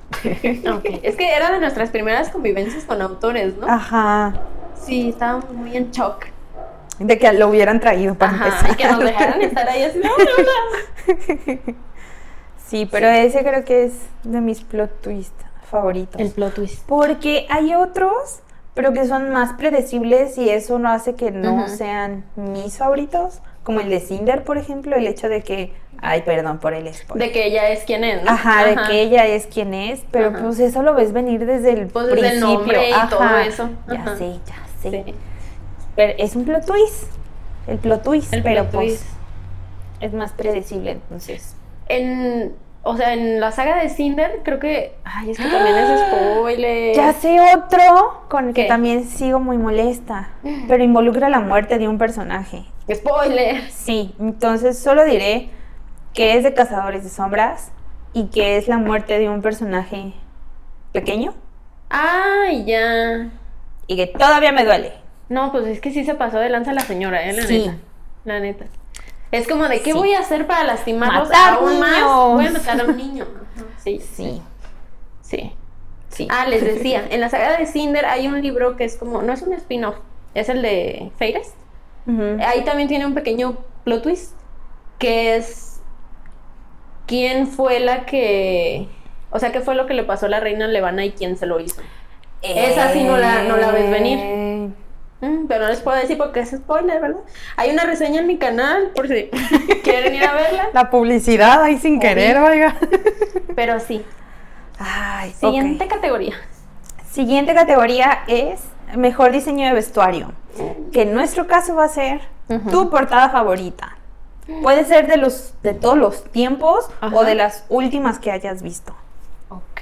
Ok, es que era de nuestras primeras convivencias con autores, ¿no? Ajá. Sí, estábamos muy en shock. De que lo hubieran traído para Ajá, empezar. y que nos dejaran estar ahí así, no, no, no. Sí, pero Sí. ese creo que es de mis plot twists favoritos. El plot twist. Porque hay otros, pero que son más predecibles y eso no hace que no Ujú. sean mis favoritos. Como el de Cinder, por ejemplo, el hecho de que, ay, perdón por el spoiler. De que ella es quien es, ¿no? Ajá, de que ella es quien es, pero Ajá. pues eso lo ves venir desde el Pues desde el principio. nombre y Ajá. todo eso. Ya Ajá. sé, ya sé. Sí. Pero es un plot twist. El plot twist, El pero plot pues twist. es más predecible, entonces. En, o sea, en la saga de Cinder, creo que, ay, es que también es spoiler. Ya sé otro con el que ¿Qué? también sigo muy molesta, pero involucra la muerte de un personaje. Spoiler. Sí, entonces solo diré que es de Cazadores de Sombras y que es la muerte de un personaje pequeño Ay, ya. y que todavía me duele. No, pues es que sí se pasó de lanza la señora, eh, la Sí. neta. La neta. Es como de, ¿qué Sí. voy a hacer para lastimarlos Matar aún más? niños. Voy a matar a un niño. Ajá, sí, Sí, sí. sí. Ah, les decía, en la saga de Cinder hay un libro que es como, no es un spin-off, es el de Feires. Ujú. Ahí también tiene un pequeño plot twist, que es quién fue la que, o sea, qué fue lo que le pasó a la reina Levana y quién se lo hizo. Esa sí no la, no la ves venir. Eh, Mm, pero no les puedo decir porque es spoiler, ¿verdad? Hay una reseña en mi canal por si quieren ir a verla. La publicidad ahí sin querer, oiga. Pero sí. Ay, Siguiente ok. categoría. Siguiente categoría es mejor diseño de vestuario, que en nuestro caso va a ser Ujú. tu portada favorita. Puede ser de los de todos los tiempos Ajá. o de las últimas que hayas visto. Ok.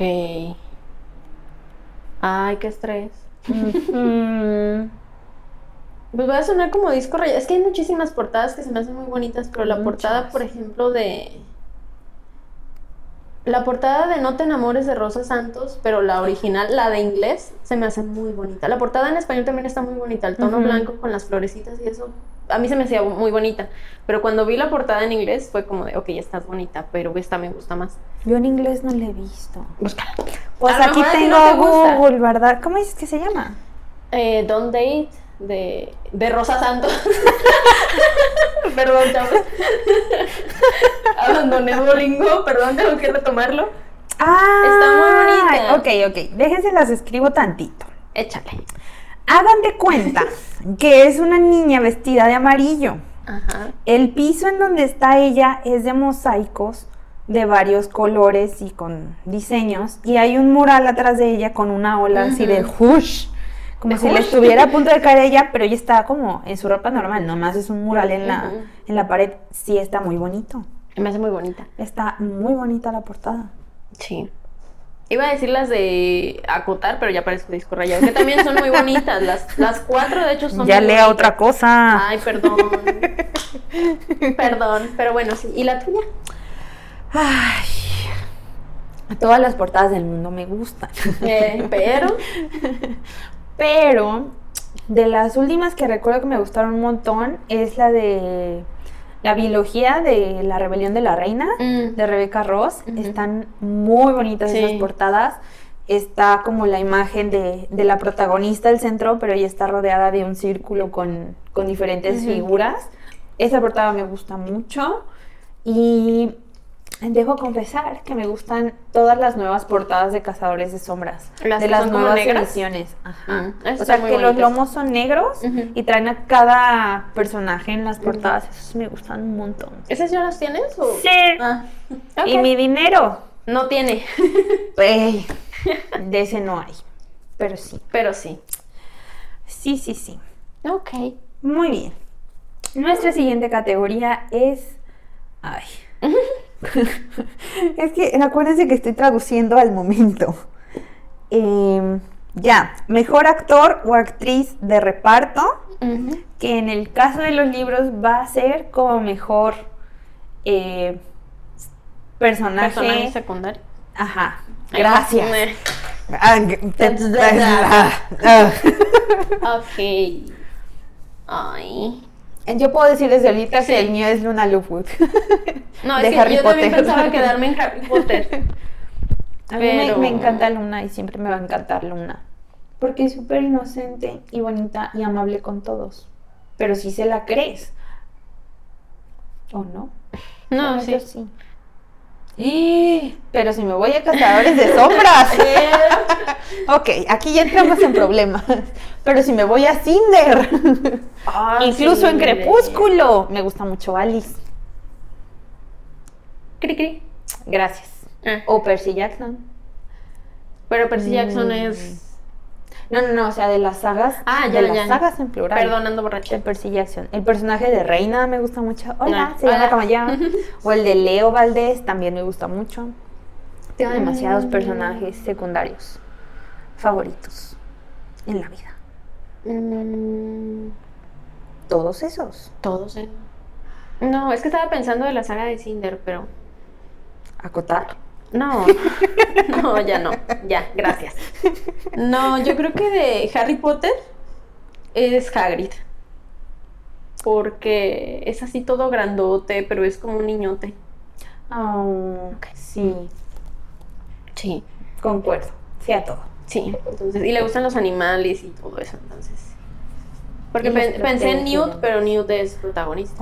Ay, qué estrés. Mm, Pues voy a sonar como disco rayado. Es que hay muchísimas portadas que se me hacen muy bonitas, pero la Muchas. portada, por ejemplo, de... La portada de No te enamores de Rosa Santos, pero la original, la de inglés, se me hace muy bonita. La portada en español también está muy bonita, el tono Ujú. blanco con las florecitas y eso. A mí se me hacía muy bonita, pero cuando vi la portada en inglés fue como de, ok, estás bonita, pero esta me gusta más. yo en inglés no la he visto. Búscala. Pues A lo aquí mejor a ti tengo no te gusta. Google, ¿verdad? ¿Cómo dices que se llama? Eh, Don't Date de, de Rosa Santos. Perdón, chavos. Abandoné Duolingo, perdón, tengo que retomarlo. Ah, Está muy bonita. Ok, ok. Déjense las escribo tantito. Échale. Hagan de cuenta que es una niña vestida de amarillo. Ajá. El piso en donde está ella es de mosaicos de varios colores y con diseños. Y hay un mural atrás de ella con una ola así de hush. Como De si le hush. estuviera a punto de caer ella, pero ella está como en su ropa normal. Nomás es un mural en la, Ujú. en la pared. Sí, está muy bonito. Me hace muy bonita. Está muy bonita la portada. Sí. Iba a decir las de acotar, pero ya parezco disco rayado, que también son muy bonitas. Las, las cuatro, de hecho, son Ya muy lea bonitas. otra cosa. Ay, perdón. Perdón, pero bueno, sí. ¿Y la tuya? Ay, todas las portadas del mundo me gustan. Eh, pero... Pero de las últimas que recuerdo que me gustaron un montón es la de la biología de la rebelión de la reina, Mm. de Rebecca Ross. Ujú. Están muy bonitas Sí. esas portadas. Está como la imagen de, de la protagonista del centro, pero ella está rodeada de un círculo con, con diferentes Ujú. figuras. Esa portada me gusta mucho. Y debo confesar que me gustan todas las nuevas portadas de Cazadores de Sombras. ¿Las de que las son como nuevas negras? ediciones. Ajá. Mm, esas o sea, están muy que los bonitas. lomos son negros Ujú. y traen a cada personaje en las portadas. Esos me gustan un montón. ¿Esas ya las tienes? O... Sí. Ah, ok. Y mi dinero, No tiene, pues, de ese no hay. Pero sí. pero sí. Sí, sí, sí. Ok. Muy bien. Nuestra siguiente categoría es... Ay. Es que acuérdense que estoy traduciendo al momento. Eh, ya, mejor actor o actriz de reparto, Ujú. que en el caso de los libros va a ser como mejor eh, personaje. Personaje secundario. Ajá. Ay, Gracias. me- Ah, te- ah, ah. Ok. Ay. Yo puedo decir desde ahorita Sí. que el mío es Luna Lovegood. No, de es que Harry yo Potter. también pensaba quedarme en Harry Potter. A mí Pero- me, me encanta Luna y siempre me va a encantar Luna. Porque es súper inocente y bonita y amable con todos. Pero si se la crees. ¿O no? No, Bueno, sí. yo sí. ¡Eh! Pero si me voy a Cazadores de Sombras. Ok, aquí ya entramos en problemas. Pero si me voy a Cinder. Ah, Incluso en sí. Crepúsculo. Me gusta mucho Alice. Cri, cri. Gracias. Ah, O Percy Jackson. pero Percy Jackson Mm. es... No, no, no, o sea, de las sagas. Ah, de ya, las ya. sagas en plural. Perdonando De borracha. Percy Jackson. El personaje de Reina me gusta mucho. Hola, Ah, se llama hola. Camaya. O el de Leo Valdés también me gusta mucho. Tengo demasiados Mm. personajes secundarios favoritos en la vida. Mm, Todos esos. todos, ¿eh? No, es que estaba pensando de la saga de Cinder, pero... Acotar. No, no, ya no, ya, gracias. No, yo creo que de Harry Potter es Hagrid. Porque es así todo grandote, pero es como un niñote. Oh, sí, Sí, concuerdo. Sí a todo. sí. Entonces, y le gustan los animales y todo eso, entonces. Porque Y los pen- pensé en protege. Newt, pero Newt es protagonista.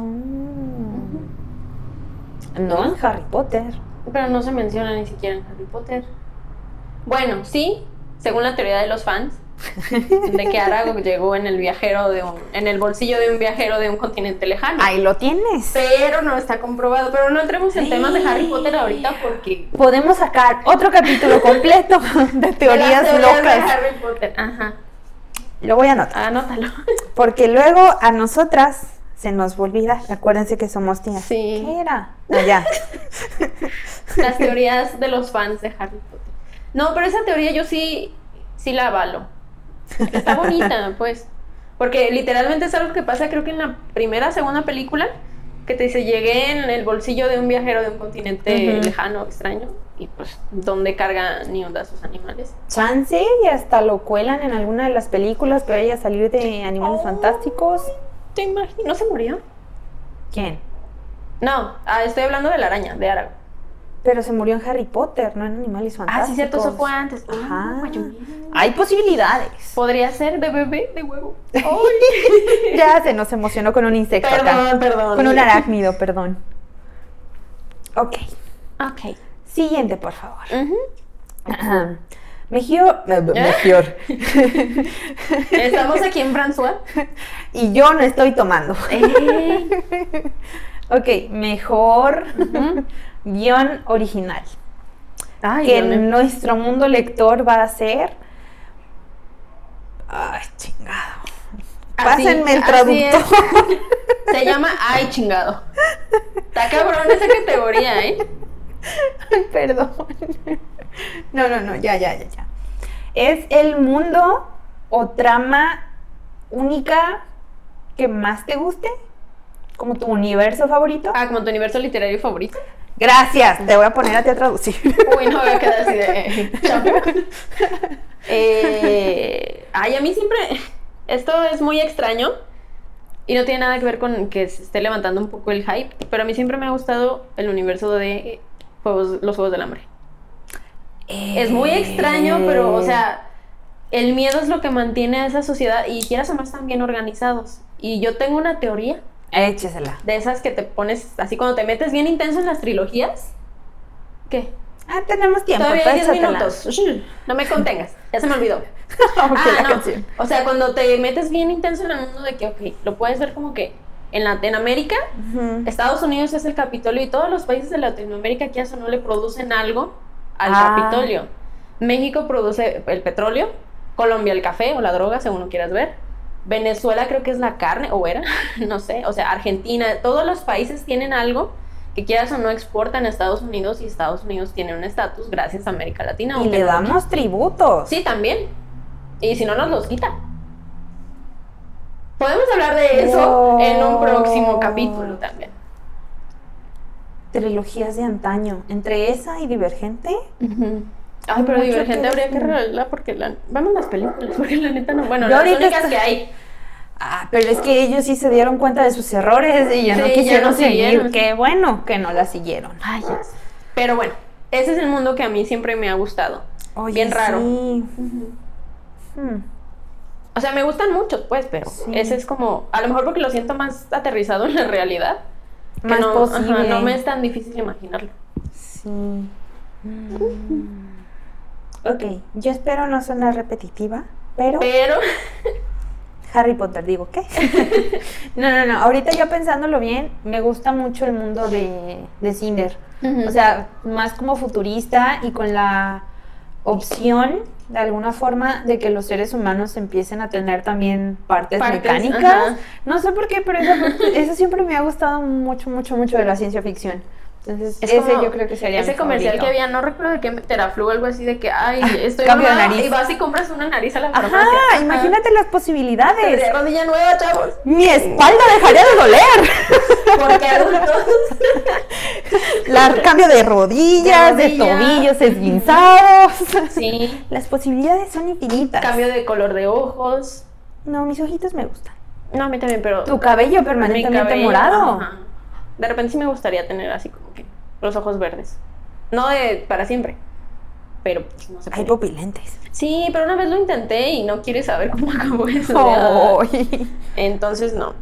No en Harry Potter. Pero no se menciona ni siquiera en Harry Potter. Bueno, sí, según la teoría de los fans, de que Aragog llegó en el viajero de un, en el bolsillo de un viajero de un continente lejano. Ahí lo tienes. Pero no está comprobado. Pero no entremos en temas de Harry Potter ahorita porque Podemos sacar otro capítulo completo de teorías de las teorías locas. de Harry Potter. Ajá. Lo voy a anotar. Anótalo. Porque luego a nosotras se nos olvida. Acuérdense que somos tías. Sí. ¿Qué era? Allá. Las teorías de los fans de Harry Potter. No, pero esa teoría yo sí, sí la avalo. Está bonita, pues. Porque literalmente es algo que pasa, creo que en la primera, segunda película, que te dice, llegué en el bolsillo de un viajero de un continente Ujú. lejano, extraño, y pues, ¿dónde carga Newt a sus animales? Chance y hasta lo cuelan en alguna de las películas que vaya a salir de Animales Oh. Fantásticos. ¿Te imaginas? ¿No se murió? ¿Quién? No, ah, estoy hablando de la araña, de Aragorn. Pero se murió en Harry Potter, no en Animales Fantásticos. Ah, sí, cierto, eso fue antes. Ajá. Ah, pues yo- Hay posibilidades. Podría ser de bebé, de huevo. Ya se nos emocionó con un insecto acá. Perdón, perdón. Con un arácnido, perdón. Ok. Ok. Siguiente, por favor. Ujú. Ajá. Mejor. Mejor. Estamos aquí en François. Y yo no estoy tomando. Ey. Ok, mejor Ujú. guión original. Ay, Que Dios mío. nuestro mundo lector va a ser. Ay, chingado. Así- Pásenme el así es. traductor. Se llama Ay, chingado. Está cabrón esa categoría, ¿eh? Ay, perdón. No, no, no, ya, ya, ya, ya. Es el mundo o trama única que más te guste, como tu universo favorito. Ah, como tu universo literario favorito. Gracias, te voy a poner a ti a traducir. Uy, no voy a quedar así de. eh, champú. Eh, ay, a mí siempre. Esto es muy extraño. Y no tiene nada que ver con que se esté levantando un poco el hype. Pero a mí siempre me ha gustado el universo de juegos, los Juegos del Hambre. Es muy extraño, pero, o sea, el miedo es lo que mantiene a esa sociedad. Y quieras o no, están bien organizados. Y yo tengo una teoría Échesela. de esas que te pones así cuando te metes bien intenso en las trilogías. ¿Qué? Ah, tenemos tiempo. Todavía tú hay diez échatela. minutos. Shh, no me contengas. Ya se me olvidó. Ok, Ah, la no. canción. O sea, cuando te metes bien intenso en el mundo de que, ok, lo puedes ver como que en Latinoamérica, Ujú. Estados Unidos es el Capitolio y todos los países de Latinoamérica que o no le producen algo al Ah. Capitolio. México produce el petróleo, Colombia el café o la droga, según lo quieras ver. Venezuela creo que es la carne, o era, no sé. O sea, Argentina, todos los países tienen algo que quieras o no exportan a Estados Unidos y Estados Unidos tiene un estatus gracias a América Latina. Y aunque le no- damos tributos. Sí, también. Y si no, nos los quita. Podemos hablar de eso Wow. en un próximo capítulo también. Trilogías de antaño. Entre esa y Divergente. Ay, pero Mucho Divergente que habría que decir. revelarla porque la... vemos las películas, porque la neta no... Bueno, Yo las ahorita únicas estoy- que hay. Ah, pero es que ellos sí se dieron cuenta de sus errores y ya Sí, no ya quisieron no seguir. siguieron. Qué bueno que no la siguieron. Ay, ya sé. Pero bueno, ese es el mundo que a mí siempre me ha gustado. Oye, bien raro. Sí. Uh-huh. Hmm. O sea, me gustan muchos, pues, pero sí. ese es como, a lo mejor porque lo siento más aterrizado en la realidad. Más no, posible. Ajá, no me es tan difícil imaginarlo. Sí. Mm. Ok, yo espero no sonar repetitiva, pero... Pero... Harry Potter, digo, ¿qué? no, no, no, ahorita yo pensándolo bien, me gusta mucho el mundo de, de Cinder. Uh-huh. O sea, más como futurista y con la opción, de alguna forma, de que los seres humanos empiecen a tener también partes, partes mecánicas. Ajá. No sé por qué, pero eso, eso siempre me ha gustado mucho, mucho, mucho de la ciencia ficción. Entonces, es ese yo creo que sería ese mi comercial favorito. que había, no recuerdo de qué, Teraflu o algo así, de que, ay, estoy cambio de nueva, nariz. Y vas y compras una nariz a la farmacia. Ajá, Ajá. Imagínate las posibilidades. Tendría rodilla nueva, chavos. Mi espalda dejaría de doler. Porque adultos. La, cambio de rodillas, de, rodilla. de tobillos esguinzados. Sí. Las posibilidades son infinitas. Cambio de color de ojos. No, mis ojitos me gustan. No, a mí también, pero... Tu cabello permanentemente cabello, morado. Ajá. De repente sí me gustaría tener así como que los ojos verdes. No de para siempre, pero pues, no sé. Hay pupilentes. Sí, pero una vez lo intenté y no quieres saber cómo acabó eso. Oh. Entonces no.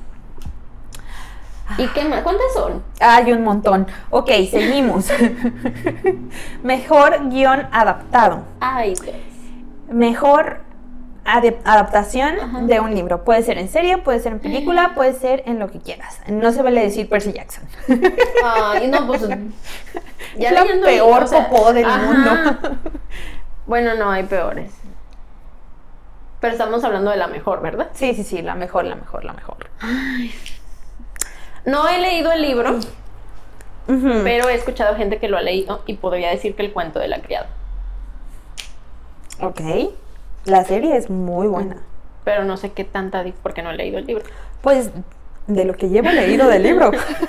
¿Y qué más? ¿Cuántas son? Hay un montón. Ok, seguimos. Mejor guión adaptado. Ay, Dios. Mejor ad- adaptación Ajá. de un libro. Puede ser en serie, puede ser en película, puede ser en lo que quieras. No se vale decir Percy Jackson. Ay, no, pues... Ya es la peor o sea, popó del Ajá. mundo. Bueno, no, hay peores. Pero estamos hablando de la mejor, ¿verdad? Sí, sí, sí, la mejor, la mejor, la mejor. Ay. No he leído el libro, uh-huh. pero he escuchado gente que lo ha leído y podría decir que el cuento de la criada. Ok. La serie es muy buena. Pero no sé qué tanta, porque no he leído el libro. Pues, de lo que llevo leído del libro.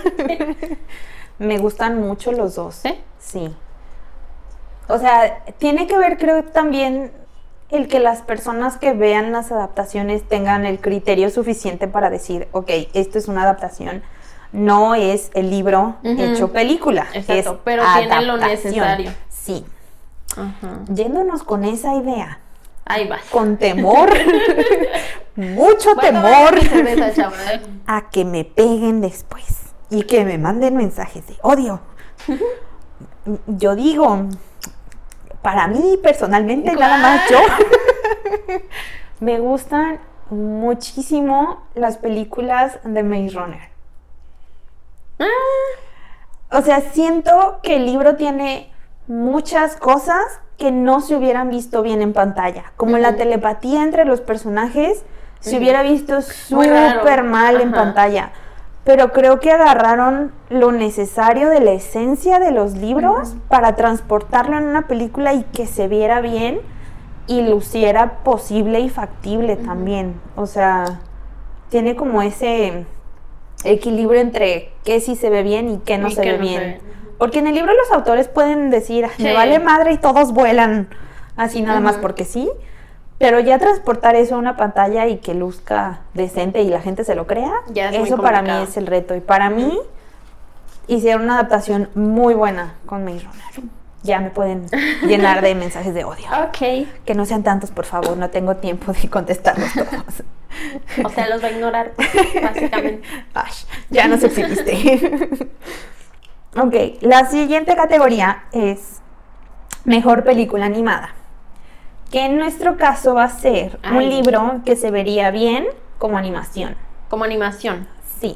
Me gustan mucho los dos. ¿Sí? Sí. O sea, tiene que ver, creo, también el que las personas que vean las adaptaciones tengan el criterio suficiente para decir, ok, esto es una adaptación, no es el libro uh-huh. hecho película. Exacto, es pero adaptación. Tiene lo necesario. Sí. Uh-huh. Yéndonos con esa idea. Ahí va. Con temor, mucho temor a que me peguen después y que me manden mensajes de odio. Yo digo, para mí personalmente, nada más yo, me gustan muchísimo las películas de Maze Runner. Ah. O sea, siento que el libro tiene muchas cosas que no se hubieran visto bien en pantalla, como uh-huh. la telepatía entre los personajes uh-huh. se hubiera visto súper mal Ajá. en pantalla, pero creo que agarraron lo necesario de la esencia de los libros uh-huh. para transportarlo en una película y que se viera bien y luciera posible y factible uh-huh. también. O sea, tiene como ese equilibrio entre qué sí se ve bien y qué no y se ve no bien. Se ve. Porque en el libro los autores pueden decir, sí. me vale madre y todos vuelan, así nada uh-huh. más porque sí, pero ya transportar eso a una pantalla y que luzca decente y la gente se lo crea, eso para mí es el reto. Y para mí hicieron una adaptación muy buena con Maze Runner. Ya me pueden llenar de mensajes de odio. Ok. Que no sean tantos, por favor, no tengo tiempo de contestarlos todos. O sea, los va a ignorar, básicamente. Ay, ya nos exhibiste. Ok, la siguiente categoría es Mejor Película Animada, que en nuestro caso va a ser Ay. un libro que se vería bien como animación. ¿Como animación? Sí.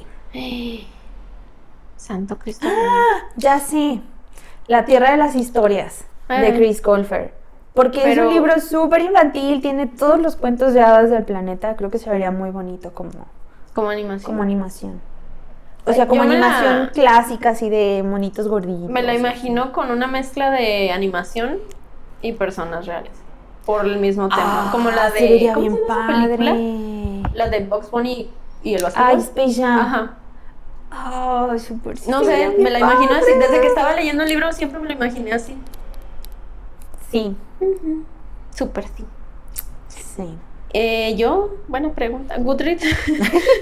Santo Cristo. Ah, ya sé. La Tierra de las Historias, ah. de Chris Colfer. Porque Pero... es un libro súper infantil, tiene todos los cuentos de hadas del planeta. Creo que se vería muy bonito como, como animación. Como animación. O sea, como Yo animación la... clásica, así de monitos gorditos. Me la imagino con una mezcla de animación y personas reales. Por el mismo tema. Ah, como la de... Se vería ¿cómo bien se llama padre. esa película? La de Bugs Bunny y el básquetbol. Ah, Space Jam. Ajá. Oh, súper. No sé, me la imagino así. Desde que estaba leyendo el libro siempre me la imaginé así. Sí. Uh-huh. Súper sí. Sí. Eh, yo, buena pregunta. Goodreads.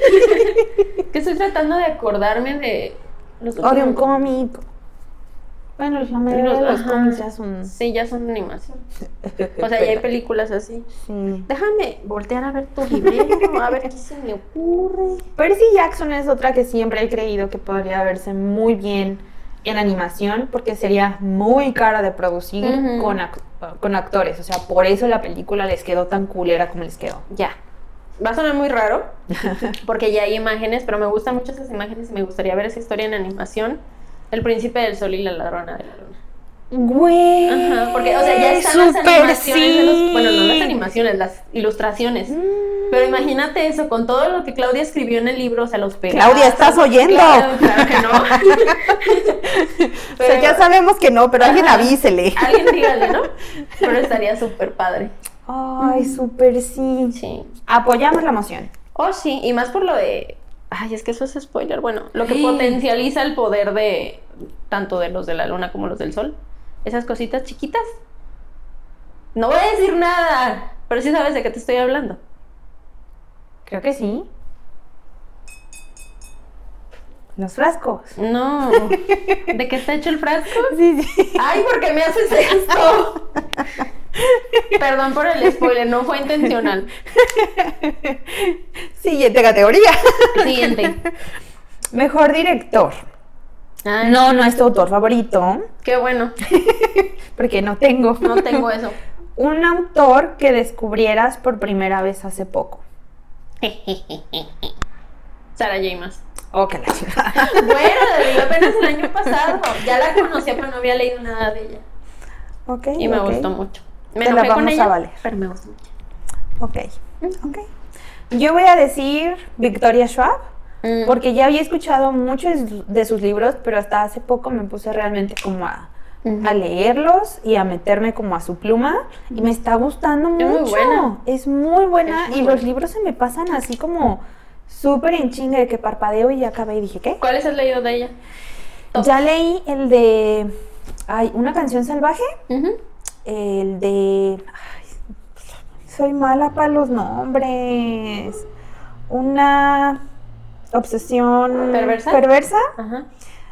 Que estoy tratando de acordarme de los O de un cómic. Bueno, la mayoría Los- de los ajá. cómics ya son... Sí, ya son animación. O sea, ya hay películas así. Sí. Déjame voltear a ver tu librero, a ver qué se me ocurre. Percy Jackson es otra que siempre he creído que podría verse muy bien en animación porque sería muy cara de producir Ujú. con, ac- con actores. O sea, por eso la película les quedó tan culera como les quedó. Ya. Va a sonar muy raro, porque ya hay imágenes, pero me gustan mucho esas imágenes y me gustaría ver esa historia en animación. El príncipe del sol y la ladrona de la luna. Güey. Ajá, porque, o sea, ya están las súper animaciones de los... sí. Bueno, no las animaciones, las ilustraciones. Mm. Pero imagínate eso, con todo lo que Claudia escribió en el libro, o sea, los pedazos. Claudia, ¿estás oyendo? Claro, claro que no. O sea, ya sabemos que no, pero alguien Ajá. avísele. Alguien dígale, ¿no? Pero estaría súper padre. Ay, súper sí. Sí. Apoyamos la moción. Oh, sí, y más por lo de... Ay, es que eso es spoiler. Bueno, lo que potencializa el poder de... Tanto de los de la luna como los del sol. Esas cositas chiquitas. No voy a decir nada, pero sí sabes de qué te estoy hablando. Creo que sí. Los frascos. No. ¿De qué está hecho el frasco? Sí, sí. Ay, ¿por qué me haces esto? Perdón por el spoiler, no fue intencional. Siguiente categoría. Siguiente. Mejor director. Ay, No, no es tu autor favorito, qué bueno. porque no tengo. No tengo eso. Un autor que descubrieras por primera vez hace poco. Sarah J. Maas. Oh, que la chingada. Bueno, la leí apenas el año pasado. Ya la conocía, pero no había leído nada de ella. Ok, Y me ok. gustó mucho. Me Te la enojé con vamos a ella, valer. pero me gustó mucho. Ok, ok. Yo voy a decir Victoria Schwab, Mm. porque ya había escuchado muchos de sus libros, pero hasta hace poco me puse realmente como a, Ujú. a leerlos y a meterme como a su pluma, y me está gustando Es muy mucho. buena. Es muy buena, Es muy y buena. los libros se me pasan así como súper en chinga, de que parpadeo y ya acabé y dije, ¿qué? ¿Cuáles has leído de ella? Top. Ya leí el de... Ay, una canción salvaje, Ujú. el de... Ay, soy mala para los nombres. Una obsesión ¿Perversa? perversa. Ajá.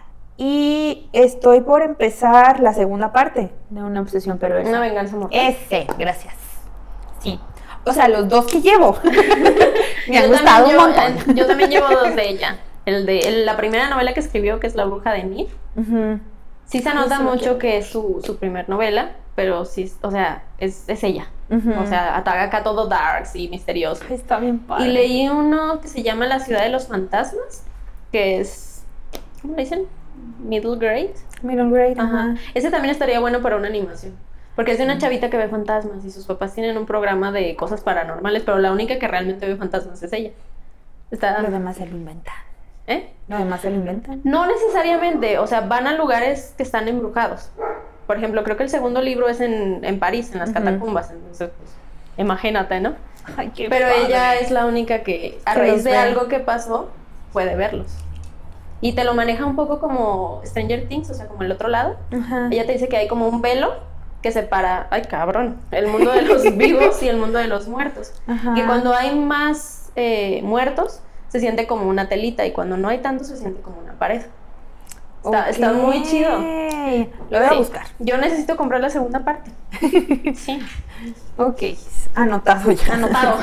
Y estoy por empezar la segunda parte de una obsesión perversa. Una venganza mortal. Ese, gracias. Sí. O sea, los dos que llevo. Me han Yo gustado un también montón. llevo- eh, Yo también llevo dos de ella. El de el- la primera novela que escribió, que es La bruja de Nir. Ujú. Sí se Ay, nota sí lo mucho quiero. que es su, su primer novela, pero sí, o sea, es, es ella. Ujú. O sea, ataca acá todo darks y misterioso. Ay, está bien padre. Y leí uno que se llama La ciudad de los fantasmas, que es, ¿cómo le dicen? Middle grade. Middle grade, Ajá. ajá. Ese también estaría bueno para una animación. Porque es de una chavita que ve fantasmas y sus papás tienen un programa de cosas paranormales, pero la única que realmente ve fantasmas es ella. Está, Lo demás se lo inventan. ¿eh? Lo demás se lo inventan. No necesariamente, o sea, van a lugares que están embrujados. Por ejemplo, creo que el segundo libro es en, en París, en las Ujú. catacumbas, entonces, pues, imagínate, ¿no? Ay, qué Pero padre. ella es la única que, a Que raíz los de ve. algo que pasó, puede verlos. Y te lo maneja un poco como Stranger Things, o sea, como el otro lado. Ajá. Ella te dice que hay como un velo que separa, ay cabrón, el mundo de los vivos y el mundo de los muertos. Ajá. Que cuando hay más eh, muertos, se siente como una telita, y cuando no hay tanto, se siente como una pared. Está, está muy chido. Lo voy a Sí. buscar. Yo necesito comprar la segunda parte. Sí, Ok. Anotado ya. anotado.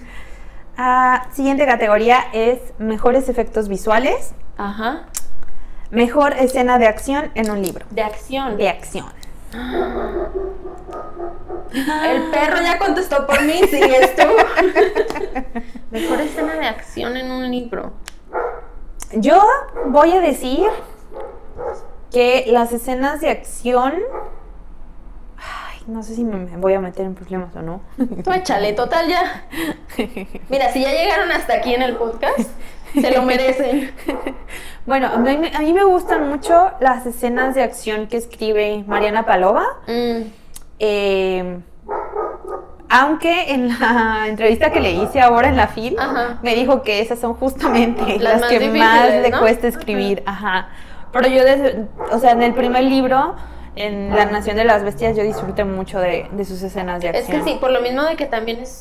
Ah, siguiente categoría es mejores efectos visuales. Ajá. Mejor escena de acción en un libro. De acción. De acción. El perro ya contestó por mí, sigues tú. Mejor escena de acción en un libro. Yo voy a decir que las escenas de acción... Ay, no sé si me me voy a meter en problemas o no. Tú échale, total ya. Mira, si ya llegaron hasta aquí en el podcast, se lo merecen. Bueno, a mí, a mí me gustan mucho las escenas de acción que escribe Mariana Palova. Mm, Eh, aunque en la entrevista que le hice ahora en la F I L, Ajá. me dijo que esas son justamente Las las, más que difíciles, más le ¿no? cuesta escribir. Ajá. Pero yo, desde- o sea, en el primer libro, en La Nación de las Bestias, yo disfruté mucho de, de sus escenas de es acción. que sí, por lo mismo de que también es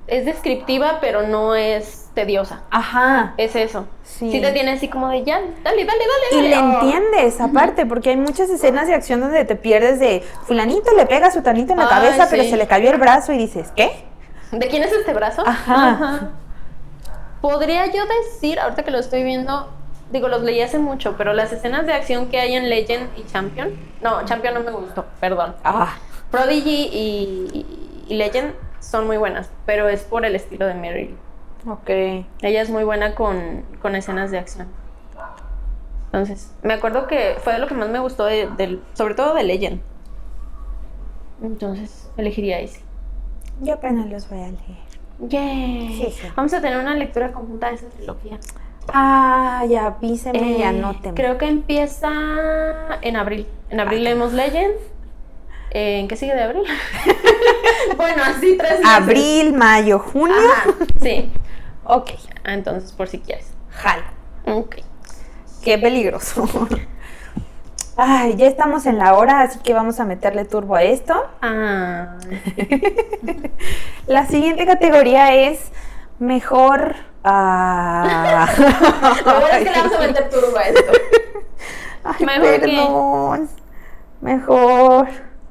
es descriptiva, pero no es tediosa. Ajá. Es eso. Sí. Sí te tiene así como de ya, dale, dale, dale. Y dale. le Oh. entiendes, aparte, porque hay muchas escenas de acción donde te pierdes de fulanito le pega a sutanito en la Ay, cabeza, pero sí. se le cayó el brazo y dices, ¿qué? ¿De quién es este brazo? Ajá. Podría yo decir, ahorita que lo estoy viendo, digo, los leí hace mucho, pero las escenas de acción que hay en Legend y Champion, no, Champion no me gustó, perdón. Ah. Prodigy y, y Legend son muy buenas, pero es por el estilo de Meryl. Ok. Ella es muy buena con, con escenas de acción. Entonces, me acuerdo que fue de lo que más me gustó, de, del, sobre todo de Legend. Entonces, elegiría ese. Yo apenas los voy a leer. Yay. Sí, sí. Vamos a tener una lectura conjunta de esa trilogía. Ah, ya avíseme y Eh, anóteme. Creo que empieza en abril. En abril leemos Legend. Eh, ¿En qué sigue de abril? Bueno, así tres meses. Abril, mayo, junio. Ajá, sí. Ok, Ah, entonces, por si quieres. jalo. Ok. Qué peligroso. Ay, ya estamos en la hora, así que vamos a meterle turbo a esto. Ah. La siguiente categoría es mejor. Ah. Lo bueno es que le vamos a meter turbo a esto. Ay, ¿Mejor qué? perdón. Mejor.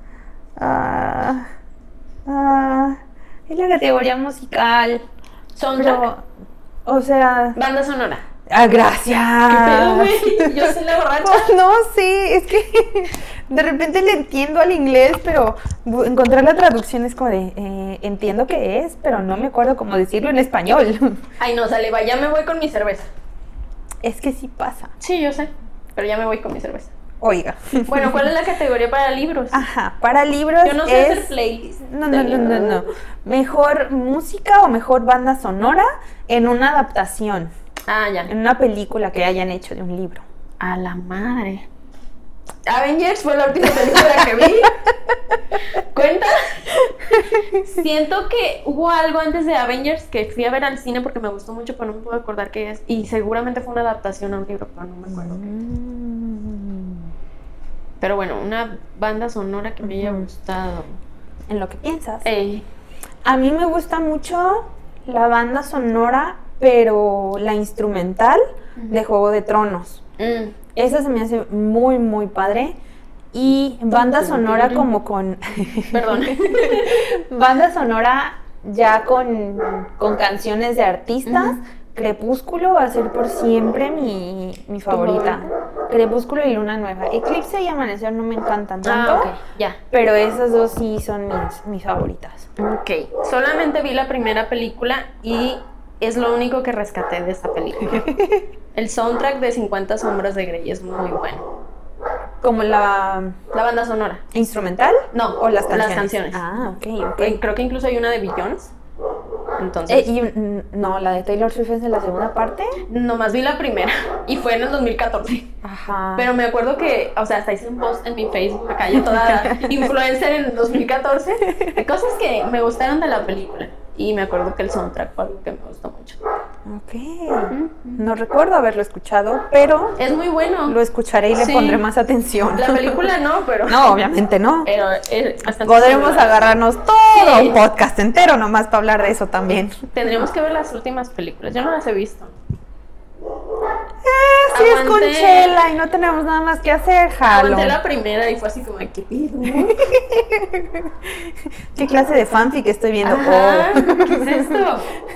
Ah, ah, es la categoría musical. Soundtrack. Pero, o sea. Banda sonora. Ah, gracias. ¿Qué pedo, güey? Yo soy la borracha. Oh, no, sí, es que de repente le entiendo al inglés, pero bu- encontrar la traducción es como de, eh, entiendo qué es, pero no me acuerdo cómo decirlo en español. Ay, no, sale, va, ya me voy con mi cerveza. Es que sí pasa. Sí, yo sé, pero ya me voy con mi cerveza. Oiga. Bueno, ¿cuál es la categoría para libros? Ajá, para libros Yo no sé es... hacer playlist. No, no, no, no, no. Mejor música o mejor banda sonora en una adaptación, Ah, ya. en una película que hayan hecho de un libro. A la madre. Avengers fue la última película que vi. ¿Cuenta? Siento que hubo algo antes de Avengers que fui a ver al cine porque me gustó mucho, pero no me puedo acordar qué es. Y seguramente fue una adaptación a un libro, pero no me acuerdo qué. Mm. Pero bueno, una banda sonora que me haya Ujú. gustado. En lo que piensas. Eh, A mí me gusta mucho la banda sonora, pero la instrumental de Juego de Tronos. mm, Esa se me hace muy, muy padre. Y banda sonora como con... Perdón. Banda sonora ya con, con canciones de artistas. Ujú. Crepúsculo va a ser por siempre mi, mi favorita. favorita? Crepúsculo y Luna Nueva. Eclipse y Amanecer no me encantan tanto. Ah, ok, ya. Pero esas dos sí son mis, mis favoritas. Ok. Solamente vi la primera película y es lo único que rescaté de esta película. El soundtrack de cincuenta sombras de Grey es muy bueno. Como la La banda sonora. instrumental. No, o las canciones. las canciones. Ah, ok, ok. Eh, Creo que incluso hay una de Beyoncé. Entonces, Eh, y, mm, no, la de Taylor Swift es en la segunda parte. nomás vi la primera y fue en el dos mil catorce. Ajá. Pero me acuerdo que, o sea, hasta hice un post en mi Facebook, acá yo toda influencer en el dos mil catorce, de cosas que me gustaron de la película. Y me acuerdo que el soundtrack fue algo que me gustó mucho. Ok. No recuerdo haberlo escuchado, pero Es muy bueno. lo escucharé y le Sí. pondré más atención. La película no, pero... No, obviamente no. Pero es bastante Podremos buena. agarrarnos todo Sí. un podcast entero nomás para hablar de eso también. Tendríamos que ver las últimas películas. Yo no las he visto. Eh, sí, es con Aguanté. Chela y no tenemos nada más que hacer, jalo. Aguanté la primera y fue así como, ¿qué pido? ¿Qué clase de fanfic estoy viendo? Ajá, Oh. ¿qué es esto?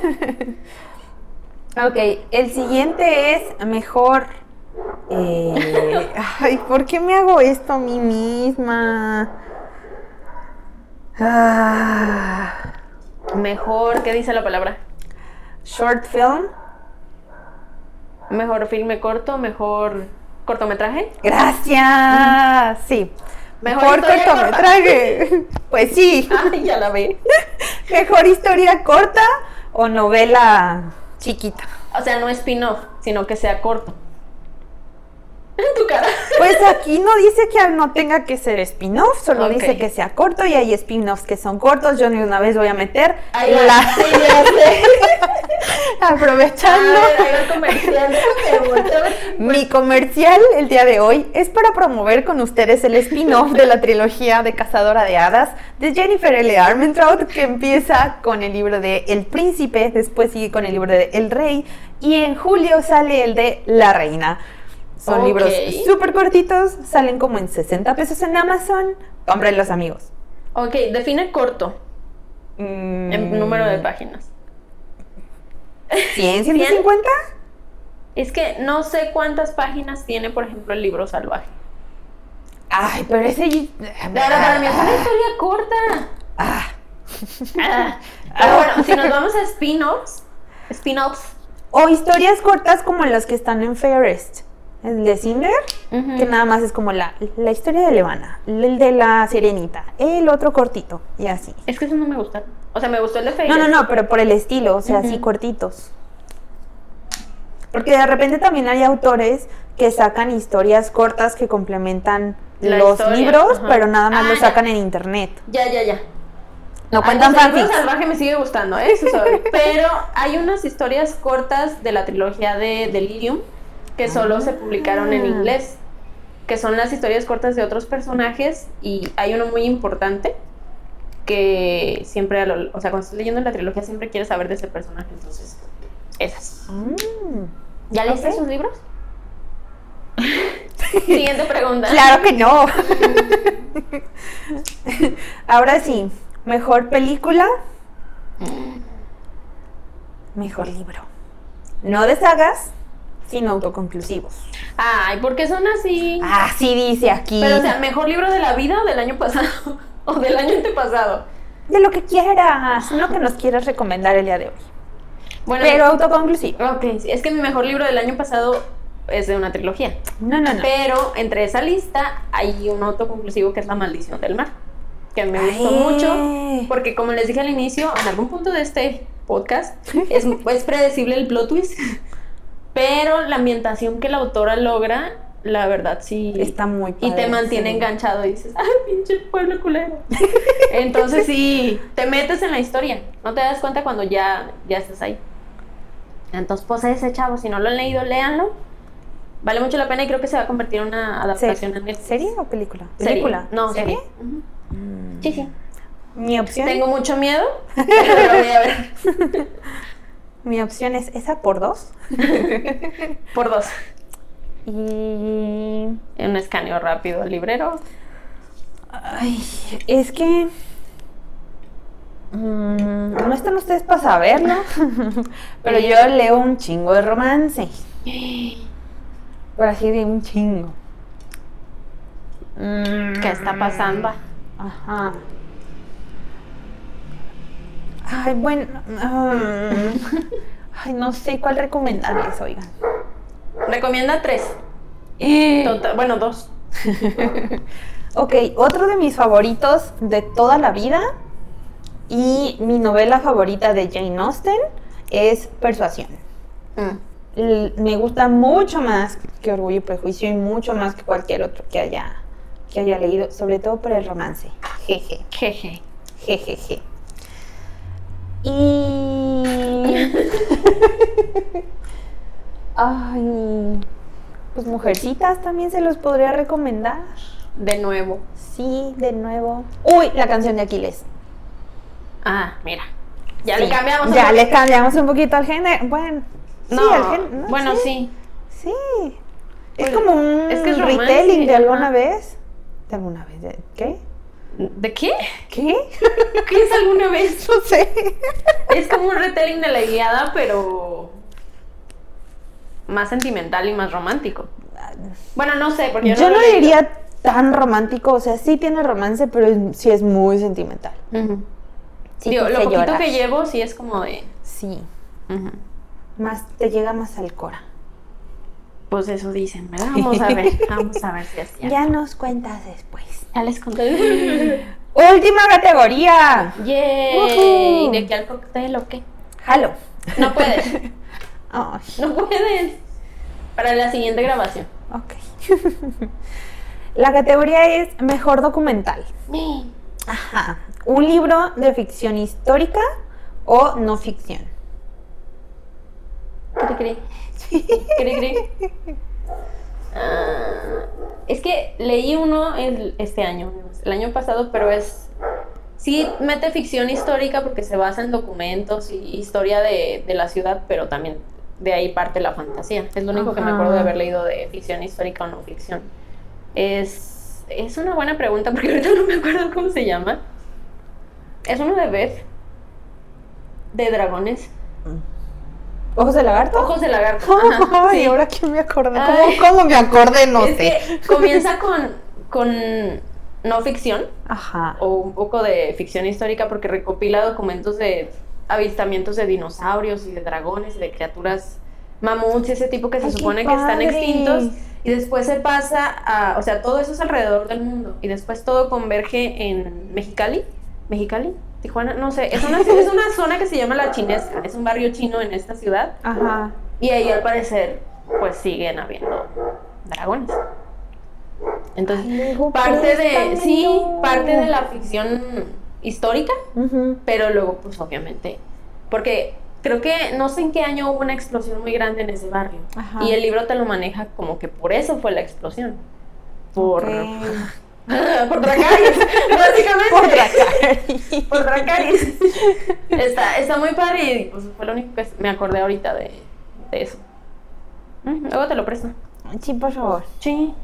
Ok, el siguiente es mejor. eh, ay, ¿por qué me hago esto a mí misma? Ah, Mejor, ¿qué dice la palabra? short film. Mejor filme corto, mejor cortometraje. Gracias. Sí. Mejor Mejor historia cortometraje. Pues sí. Ay, ya la ve. Mejor historia corta o novela chiquita. O sea, no spin-off, sino que sea corto. Tu cara. Pues aquí no dice que no tenga que ser spin-off, solo Ok. dice que sea corto y hay spin-offs que son cortos. Yo ni una vez voy a meter Ahí va, la... sí, ya sé. Aprovechando. A ver, ahí va el comercial. Déjame volteo a ver. Mi comercial el día de hoy es para promover con ustedes el spin-off de la trilogía de Cazadora de Hadas de Jennifer L. Armentrout, que empieza con el libro de El Príncipe, después sigue con el libro de El Rey y en julio sale el de La Reina. Son Ok. libros súper cortitos, salen como en sesenta pesos en Amazon. Cómprenlos, amigos. Ok, define corto Mm, en número de páginas. ¿cien, ciento cincuenta? Es que no sé cuántas páginas tiene, por ejemplo, el libro salvaje. Ay, pero ese... Claro, para mí es una historia corta. Ah. Ah. Pero bueno, si nos vamos a spin-offs, spin-offs, O historias cortas como las que están en Fairest. El de Cinder, Ujú. que nada más es como la, la historia de Levana, el de la Sirenita, el otro cortito, y así. es que eso no me gusta. O sea, me gustó el de Fairy. No, no, no, pero por el estilo, o sea, Ujú. así cortitos. Porque de repente también hay autores que sacan historias cortas que complementan La los historia, libros, ajá. pero nada más Ah, lo ya. sacan en internet. Ya, ya, ya. No Ah, cuentan entonces, el libro fanfics. salvaje me sigue gustando, ¿eh? Eso sorry. Pero hay unas historias cortas de la trilogía de Delirium que solo se publicaron en Ah. inglés, que son las historias cortas de otros personajes, y hay uno muy importante que siempre, a lo- o sea, cuando estás leyendo la trilogía siempre quieres saber de ese personaje, entonces, esas. Mm. ¿Ya leíste Ok. sus libros? Siguiente pregunta. Claro que no. Ahora sí, mejor película, mejor libro. No de sagas, sino autoconclusivos. Ay, ¿por qué son así? Así dice aquí. Pero, o sea, ¿mejor libro de la vida o del año pasado? ¿O del año antepasado? De lo que quieras, lo que nos quieras recomendar el día de hoy. Bueno, Pero autoconclusivo. ok, sí, es que mi mejor libro del año pasado es de una trilogía. No, no, no. Pero entre esa lista hay un autoconclusivo que es La Maldición del Mar, que me gustó Ay. mucho, porque como les dije al inicio, en algún punto de este podcast, es, es predecible el plot twist, pero la ambientación que la autora logra, la verdad sí... Está muy Y te padre, mantiene sí. enganchado y dices, ay, pinche pueblo culero. Entonces sí, te metes en la historia, no te das cuenta cuando ya, ya estás ahí. Entonces, pues ese chavo, si no lo han leído, léanlo. Vale mucho la pena y creo que se va a convertir en una adaptación en Netflix. ¿Serie o película? Serie. ¿Película? No, ¿Serie? serie. Ujú. Mm. Sí, sí. Mi opción, Tengo mucho miedo, pero lo voy a ver. mi opción es esa por dos. Por dos. Y... En un escaneo rápido al librero. Ay, es que... mm, no están ustedes para saberlo, pero yo leo un chingo de romance. Por así de un chingo. Mm, ¿Qué está pasando? Ajá. Ay, bueno. mm, ay, no sé cuál recomendarles, oigan. Recomienda tres. Eh, Total- bueno, dos. ok, otro de mis favoritos de toda la vida y mi novela favorita de Jane Austen es Persuasión. Mm. L- me gusta mucho más que Orgullo y Prejuicio y mucho más que cualquier otro que haya, que haya leído, sobre todo por el romance. Jeje, Jeje. jejeje. Y... Ay, pues Mujercitas también se los podría recomendar. De nuevo. Sí, de nuevo. Uy, la canción de Aquiles. Ah, mira. Ya Sí, le cambiamos. un Ya le poquito. cambiamos un poquito al género. Bueno, sí, No, al género. no, bueno, sí. Sí. Es Pues, como un es que es romance, retelling de alguna ajá. vez. ¿De alguna vez? ¿De qué? ¿De qué? ¿Qué? ¿Qué es alguna vez? No sé. Es como un retelling de la Ilíada, pero más sentimental y más romántico. Bueno, no sé, porque yo, Yo lo no he leído. diría tan romántico, o sea, sí tiene romance, pero es- sí es muy sentimental. Ujú. Sí Digo, te lo hace poquito llorar. que llevo sí es como de... Sí, ujú. más te llega más al cora. Pues eso dicen, ¿verdad? Vamos a ver, vamos a ver si es cierto. Ya nos cuentas después. Ya les conté. Última categoría. ¡Yay! Ujú. ¿De qué al cóctel o qué? Jalo. No puedes, Ay, no puedes. Para la siguiente grabación. Ok. La categoría es mejor documental. Ajá. ¿Un libro de ficción histórica o no ficción? Cri, cri. Cri, cri. Ah, es que leí uno el, este año, el año pasado, pero es... Sí, mete ficción histórica porque se basa en documentos y historia de, de la ciudad, pero también de ahí parte la fantasía. Es lo único Ajá. que me acuerdo de haber leído de ficción histórica o no ficción. Es, es una buena pregunta porque ahorita no me acuerdo cómo se llama. Es uno de Beth, de dragones. ¿Ojos de lagarto? Ojos de lagarto. Ajá, Ay, sí. ahora que me acordé. ¿Cómo, ¿Cómo me acordé? No es sé. Que comienza con, con no ficción. Ajá. O un poco de ficción histórica porque recopila documentos de avistamientos de dinosaurios y de dragones y de criaturas mamuts y ese tipo que se Ay, supone qué que están padre. extintos. Y después se pasa a... O sea, todo eso es alrededor del mundo. Y después todo converge en Mexicali. ¿Mexicali? Tijuana, no sé, es una, es una zona que se llama La Chinesca, es un barrio chino en esta ciudad. Ajá. Y ahí al parecer, pues siguen habiendo dragones. Entonces, Ay, luego, parte de, préstamelo. sí, parte de la ficción histórica, Uh-huh. pero luego, pues obviamente, porque creo que no sé en qué año hubo una explosión muy grande en ese barrio. Ajá. Y el libro te lo maneja como que por eso fue la explosión. Por... Okay. por Dracarys, básicamente. Por Dracarys. Por Dracarys. Está, está muy padre y pues fue lo único que me acordé ahorita de, de eso. Mm, Luego te lo presto. Sí, por favor. Sí.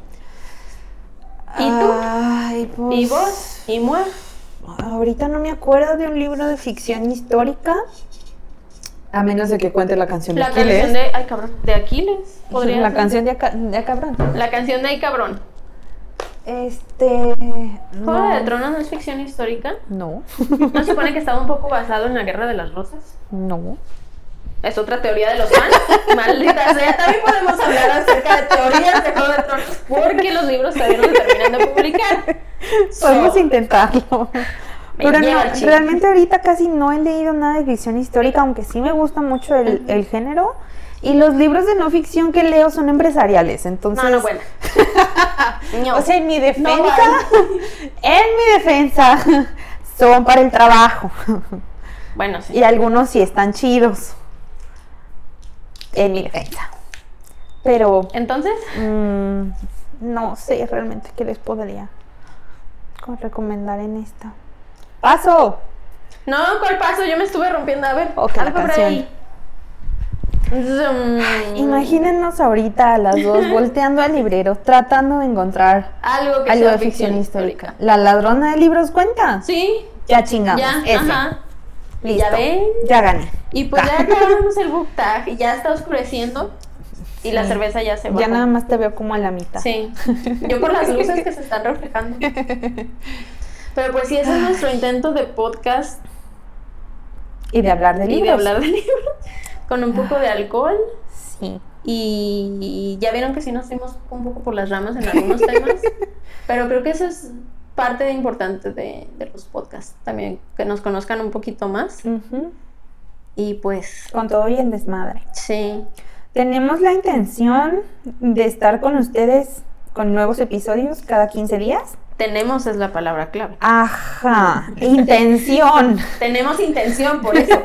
¿Y tú? Ay, pues... ¿Y vos? ¿Y moi? Ahorita no me acuerdo de un libro de ficción histórica. A menos de que cuente la canción de La Aquiles. canción de... Ay, cabrón. ¿De Aquiles? ¿Podría La ser? canción de, Aca- de Acabrón. La canción de Ay, cabrón. Este... ¿Juego no. de Tronos no es ficción histórica? No. ¿No se supone que estaba un poco basado en la Guerra de las Rosas? No. Es otra teoría de los fans. Maldita sea, también podemos hablar acerca de teorías de Juego de Tronos. Porque los libros todavía no se terminan de publicar. Podemos So, intentarlo. me Pero lleva no, el chile. realmente ahorita casi no he leído nada de ficción histórica, aunque sí me gusta mucho el, el género. Y los libros de no ficción que leo son empresariales, entonces... No, no, bueno. No. O sea, en mi defensa, No vale. en mi defensa, son para el trabajo. Bueno, sí. Y algunos sí están chidos. En mi defensa. Pero Entonces, mm, no sé realmente qué les podría co- recomendar en esta. ¡Paso! no, ¿cuál paso? Yo me estuve rompiendo. A ver, Ok, la algo por canción. ahí. Zoom. Imagínenos ahorita a las dos volteando al librero, tratando de encontrar Algo que algo sea de ficción histórica. ¿La ladrona de libros cuenta? Sí, Ya chingamos. ya, ese. ajá. Listo. Ya ven. Ya gané. Y pues ya acabamos el book tag y ya está oscureciendo y la Sí. cerveza ya se bajó. Ya nada más te veo como a la mitad. Sí, yo por las luces que se están reflejando. Pero pues sí, ese es nuestro intento de podcast Y de hablar de libros. y de hablar de libros con un poco de alcohol. Sí. Y ya vieron que sí nos fuimos un poco por las ramas en algunos temas, pero creo que eso es parte importante de, de los podcasts, también que nos conozcan un poquito más. Ujú. Y pues, Con todo y el desmadre. sí, Tenemos la intención de estar con ustedes con nuevos episodios cada quince días. tenemos es la palabra clave. Ajá, intención. Tenemos intención por eso.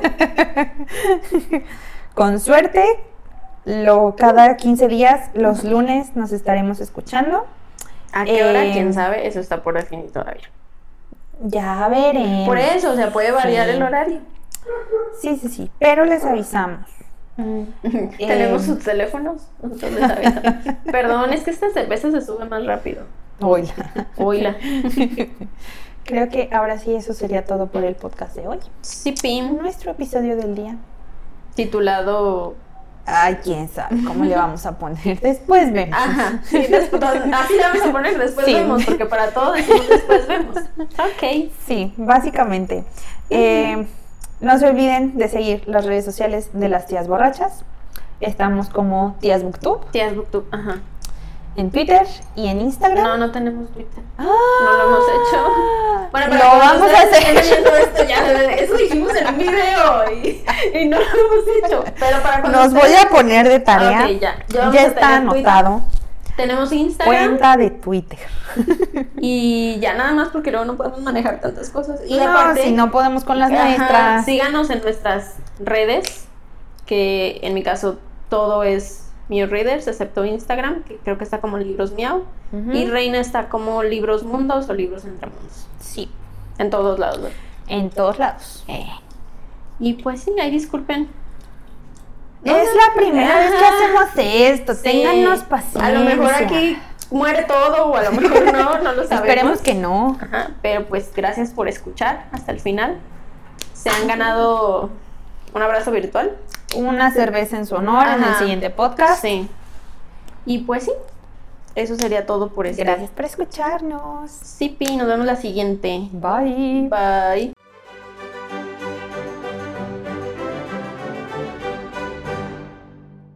Con suerte, lo, cada quince días, los lunes, nos estaremos escuchando. ¿A qué hora? Eh, ¿Quién sabe? Eso está por definir todavía. Ya veremos. Por eso, o sea, puede variar Sí. el horario. Sí, sí, sí, pero les avisamos. ¿Tenemos sus teléfonos? Nosotros les avisamos. Perdón, es que esta cerveza se sube más rápido. Oila. Oíla. Creo que ahora sí eso sería todo por el podcast de hoy. Sí, Pim. Nuestro episodio del día. Titulado... Ay, quién sabe cómo le vamos a poner. Después vemos. Ajá, sí, después, así le vamos a poner después Sí. vemos, porque para todo decimos después vemos. Ok. Sí, básicamente. Eh, no se olviden de seguir las redes sociales de las tías borrachas. Estamos como tías booktube Tías Booktube, ajá. en Twitter y en Instagram. No, no tenemos Twitter. Ah, No lo hemos hecho. Bueno, pero lo cuando vamos a ustedes hacer. estén viendo esto ya, eso dijimos en un video y, y no lo hemos hecho. Pero para cuando Nos voy ustedes- a poner de tarea. Ok, ya. Ya vamos Ya a está tener Twitter. anotado. Tenemos Instagram. Cuenta de Twitter. Y ya nada más porque luego no podemos manejar tantas cosas. Y no, aparte, si no podemos con las ajá, nuestras. síganos en nuestras redes, que en mi caso todo es Mew Readers, excepto Instagram, que creo que está como Libros Miau. Uh-huh. Y Reina está como Libros Mundos o Libros Entre Mundos. Sí. En todos lados. ¿No? En todos lados. Eh. Y pues sí, ahí disculpen. No, es la primera vez que hacemos esto. Sí. Téngannos paciencia. A lo mejor aquí muere todo o a lo mejor no, no lo sabemos. Esperemos que no. Ajá, pero pues gracias por escuchar hasta el final. Se han ganado un abrazo virtual. Una cerveza en su honor. Ajá. En el siguiente podcast. Sí. Y pues sí, eso sería todo por este. Gracias por escucharnos. Sí, Pi, nos vemos la siguiente. Bye. Bye.